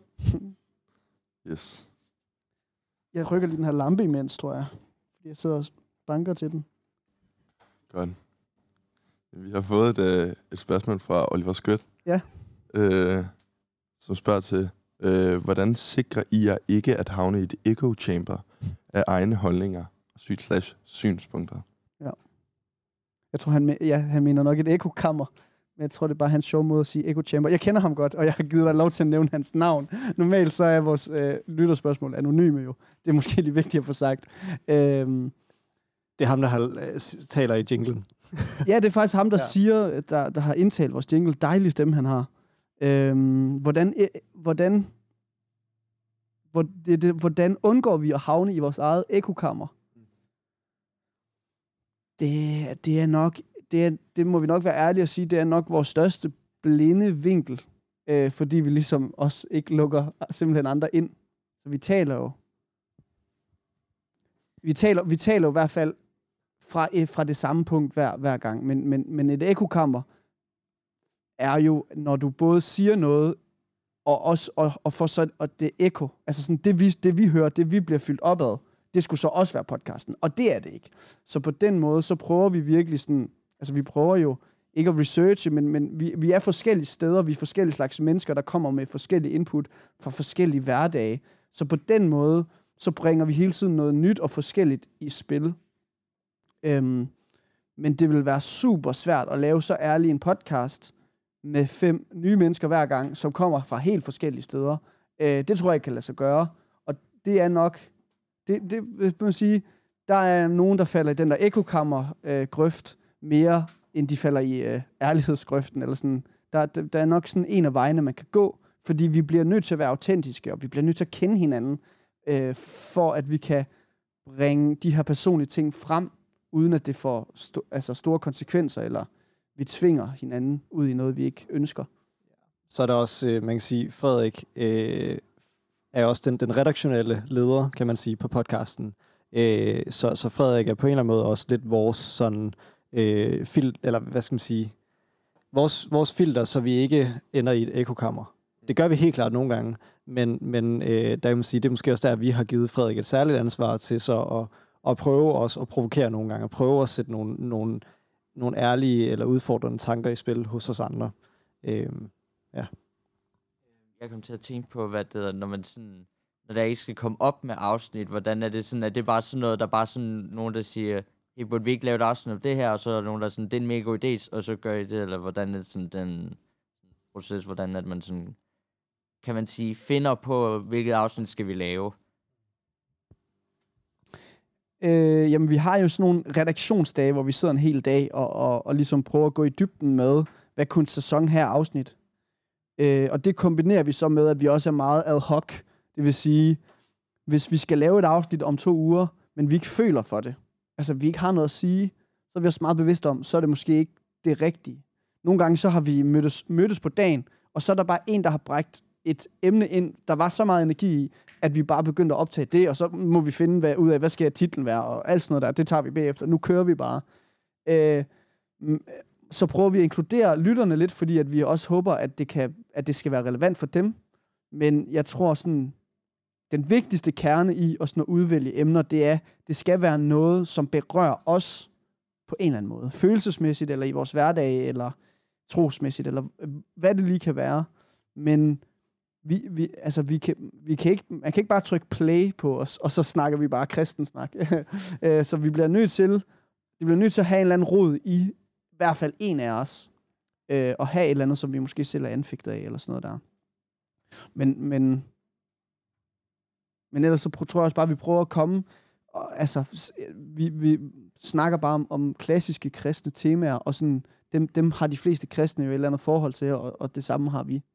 Yes. Jeg rykker lige den her lampe imens, tror jeg. Fordi jeg sidder og banker til den. Godt. Vi har fået et, øh, et spørgsmål fra Oliver Skødt. Ja. Øh, som spørger til, øh, hvordan sikrer I jer ikke at havne i et echo chamber af egne holdninger og slash synspunkter? Ja. Jeg tror, han, me- ja, han mener nok et ekokammer. Men jeg tror, det er bare hans sjove måde at sige echo chamber. Jeg kender ham godt, og jeg har givet dig lov til at nævne hans navn. Normalt så er vores øh, lytterspørgsmål anonyme jo. Det er måske lige vigtigt at få sagt. Øhm, det er ham, der har, øh, taler i jinglen. Ja, det er faktisk ham, der ja. siger, der, der har indtalt vores jingle. Dejlig stemme, han har. Øhm, hvordan, øh, hvordan, hvor, det, det, hvordan undgår vi at havne i vores eget ekokammer? Det, det er nok, det, er, det må vi nok være ærlige at sige, det er nok vores største blinde vinkel, øh, fordi vi ligesom også ikke lukker simpelthen andre ind. Så vi taler jo, vi taler, vi taler jo i hvert fald fra, fra det samme punkt hver, hver gang, men, men, men et ekokammer er jo, når du både siger noget, og, også, og, og får så og det ekko, altså sådan det vi, det vi hører, det vi bliver fyldt op ad, det skulle så også være podcasten, og det er det ikke. Så på den måde, så prøver vi virkelig sådan Altså, vi prøver jo ikke at researche, men, men vi, vi er forskellige steder, vi er forskellige slags mennesker, der kommer med forskellige input fra forskellige hverdage. Så på den måde, så bringer vi hele tiden noget nyt og forskelligt i spil. Øhm, men det vil være super svært at lave så ærlig en podcast med fem nye mennesker hver gang, som kommer fra helt forskellige steder. Øh, det tror jeg ikke kan lade sig gøre. Og det er nok, det, det vil man sige, der er nogen, der falder i den der ekokammer-grøft øh, mere, end de falder i øh, ærlighedsgrøften. Eller sådan. Der, der, der er nok sådan en af vejene, man kan gå, fordi vi bliver nødt til at være autentiske, og vi bliver nødt til at kende hinanden, øh, for at vi kan bringe de her personlige ting frem, uden at det får sto- altså store konsekvenser, eller vi tvinger hinanden ud i noget, vi ikke ønsker. Så er der også, øh, man kan sige, Frederik øh, er også den, den redaktionelle leder, kan man sige, på podcasten. Øh, så, så Frederik er på en eller anden måde også lidt vores sådan, øh, fil, eller hvad skal man sige, vores, vores filter, så vi ikke ender i et ekokammer. Det gør vi helt klart nogle gange, men, men øh, der kan man sige, det er måske også der, vi har givet Frederik et særligt ansvar til så at, at prøve os at provokere nogle gange, at prøve at sætte nogle, nogle, nogle ærlige eller udfordrende tanker i spil hos os andre. Øh, ja. Jeg kom til at tænke på, hvad det er, når man sådan, når der ikke skal komme op med afsnit, hvordan er det sådan, er det bare sådan noget, der bare sådan nogen, der siger, hey, burde vi ikke lave et afsnit om det her, og så er der nogen, der sådan, det er en mega god idé, og så gør I det, eller hvordan er det sådan den proces, hvordan at man sådan, kan man sige, finder på, hvilket afsnit skal vi lave? Øh, jamen, vi har jo sådan nogle redaktionsdage, hvor vi sidder en hel dag og, og, og ligesom prøver at gå i dybden med, hvad kunne en sæson her afsnit. Øh, og det kombinerer vi så med, at vi også er meget ad hoc. Det vil sige, hvis vi skal lave et afsnit om to uger, men vi ikke føler for det, altså vi ikke har noget at sige, så er vi også meget bevidste om, så er det måske ikke det rigtige. Nogle gange så har vi mødtes, mødtes på dagen, og så er der bare en, der har brægt et emne ind, der var så meget energi i, at vi bare begyndte at optage det, og så må vi finde hvad, ud af, hvad skal titlen være, og alt sådan noget der, det tager vi bagefter. Nu kører vi bare. Øh, så prøver vi at inkludere lytterne lidt, fordi at vi også håber, at det, kan, at det skal være relevant for dem. Men jeg tror sådan, den vigtigste kerne i at, sådan at udvælge emner, det er, det skal være noget, som berører os på en eller anden måde. Følelsesmæssigt, eller i vores hverdag, eller trosmæssigt, eller hvad det lige kan være. Men vi, vi, altså, vi kan, vi kan ikke, man kan ikke bare trykke play på os, og så snakker vi bare kristensnak. Så vi bliver nødt til, vi bliver nødt til at have en eller anden rod i, i hvert fald en af os, øh, og have et eller andet, som vi måske selv er anfægtet af, eller sådan noget der. Men, men, men ellers så tror jeg også bare, at vi prøver at komme, og, altså, vi, vi snakker bare om, om klassiske kristne temaer, og sådan, dem, dem har de fleste kristne jo et eller andet forhold til, og, og det samme har vi.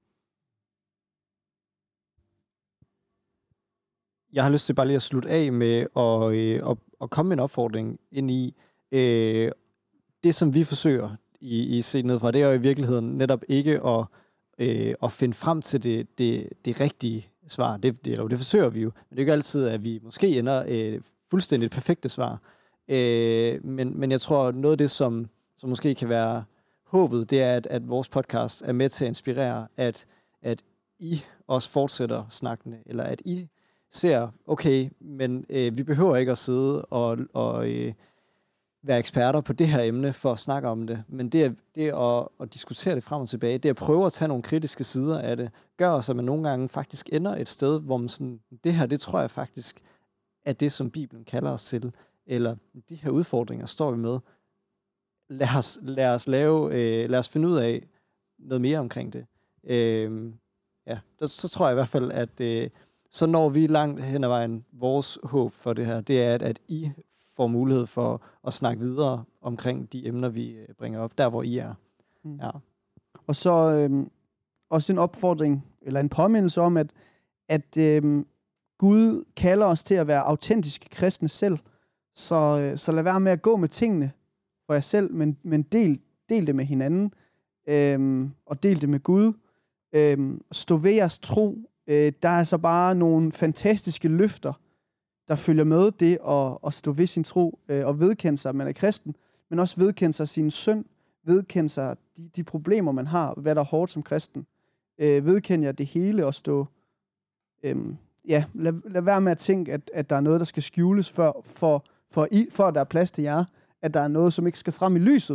Jeg har lyst til bare lige at slutte af med at, øh, at, at komme med en opfordring ind i øh, det, som vi forsøger i, i set nedfra. Det er jo i virkeligheden netop ikke at, øh, at finde frem til det, det, det rigtige svar. Det, det, eller det forsøger vi jo, men det er ikke altid, at vi måske ender øh, fuldstændig perfekte svar. Øh, men, men jeg tror, noget af det, som, som måske kan være håbet, det er, at, at vores podcast er med til at inspirere, at, at I også fortsætter snakkene, eller at I ser, okay, men øh, vi behøver ikke at sidde og, og øh, være eksperter på det her emne for at snakke om det, men det, er, det at, at diskutere det frem og tilbage, det at prøve at tage nogle kritiske sider af det, gør så, at man nogle gange faktisk ender et sted, hvor man sådan, det her, det tror jeg faktisk er det, som Bibelen kalder os til, eller de her udfordringer står vi med. Lad os, lad os, lave, øh, lad os finde ud af noget mere omkring det. Øh, ja, så, så tror jeg i hvert fald, at øh, så når vi langt hen ad vejen, vores håb for det her, det er, at, at I får mulighed for at snakke videre omkring de emner, vi bringer op, der hvor I er. Mm. Ja. Og så øhm, også en opfordring, eller en påmindelse om, at, at øhm, Gud kalder os til at være autentiske kristne selv. Så, øh, så lad være med at gå med tingene for jer selv, men, men del, del det med hinanden, øhm, og del det med Gud. Øhm, stå ved jeres tro. Øh, der er så bare nogle fantastiske løfter, der følger med det at, at stå ved sin tro øh, og vedkende sig, at man er kristen, men også vedkende sig sin synd, vedkende sig de, de problemer, man har, hvad der er hårdt som kristen. Øh, vedkende jer det hele og stå... Øh, ja, lad, lad være med at tænke, at, at der er noget, der skal skjules, for, for, for, I, for at der er plads til jer, at der er noget, som ikke skal frem i lyset,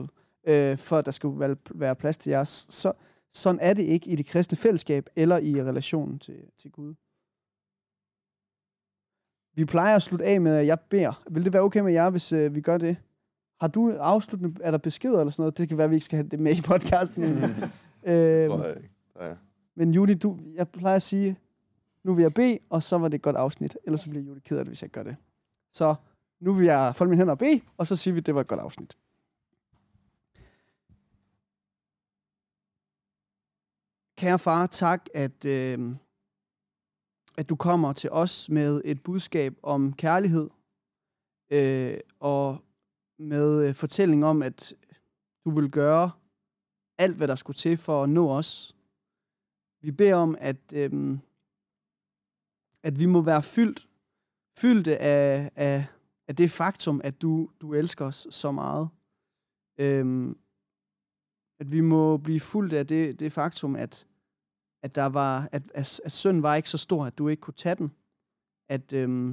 øh, for at der skulle være, være plads til jer. Så, sådan er det ikke i det kristne fællesskab, eller i relationen til, til Gud. Vi plejer at slutte af med, at jeg beder. Vil det være okay med jer, hvis øh, vi gør det? Har du afsluttende, er der beskeder eller sådan noget? Det kan være, at vi ikke skal have det med i podcasten. øh, Tror jeg ikke. Ja. Men Judy, du, jeg plejer at sige, nu vil jeg bede, og så var det et godt afsnit. Ellers så bliver Judy ked af det, hvis jeg ikke gør det. Så nu vil jeg folde mine hænder og bede, og så siger vi, at det var et godt afsnit. Kære far, tak, at, øh, at du kommer til os med et budskab om kærlighed, øh, og med øh, fortælling om, at du vil gøre alt, hvad der skulle til for at nå os. Vi beder om, at, øh, at vi må være fyldt, fyldte af, af, af det faktum, at du, du elsker os så meget. Øh, at vi må blive fuldt af det, det faktum, at at der var at, at, at synden var ikke så stor, at du ikke kunne tage den. At øhm,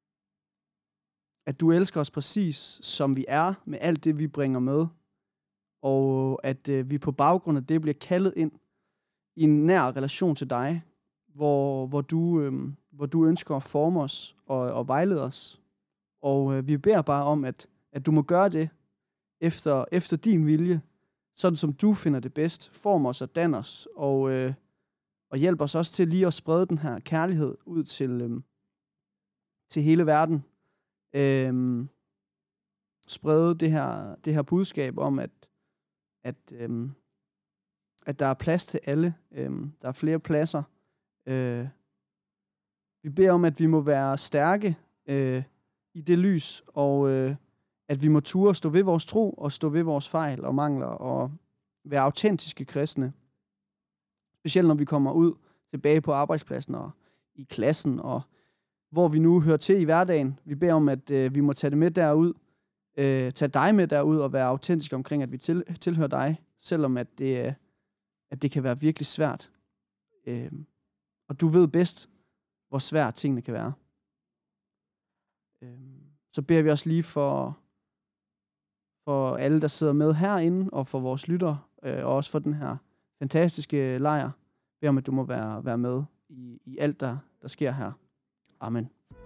at du elsker os præcis som vi er, med alt det vi bringer med, og at øh, vi på baggrund af det bliver kaldet ind i en nær relation til dig, hvor hvor du øhm, hvor du ønsker at forme os og, og vejlede os. Og øh, vi beder bare om at at du må gøre det efter efter din vilje, sådan som du finder det bedst. Form os og dan os og øh, Og hjælp os også til lige at sprede den her kærlighed ud til, øhm, til hele verden. Øhm, sprede det her, det her budskab om, at, at, øhm, at der er plads til alle. Øhm, der er flere pladser. Øh, vi beder om, at vi må være stærke øh, i det lys, og øh, at vi må ture stå ved vores tro, og stå ved vores fejl og mangler, og være autentiske kristne. Specielt når vi kommer ud tilbage på arbejdspladsen og i klassen, og hvor vi nu hører til i hverdagen. Vi beder om, at øh, vi må tage det med derud, øh, tage dig med derud og være autentiske omkring, at vi til, tilhører dig, selvom at det, øh, at det kan være virkelig svært. Øh, og du ved bedst, hvor svært tingene kan være. Øh, så beder vi også lige for, for alle, der sidder med herinde, og for vores lyttere, øh, og også for den her fantastiske lejr. Jeg beder om, at du må være, være med i, i alt, der, der sker her. Amen.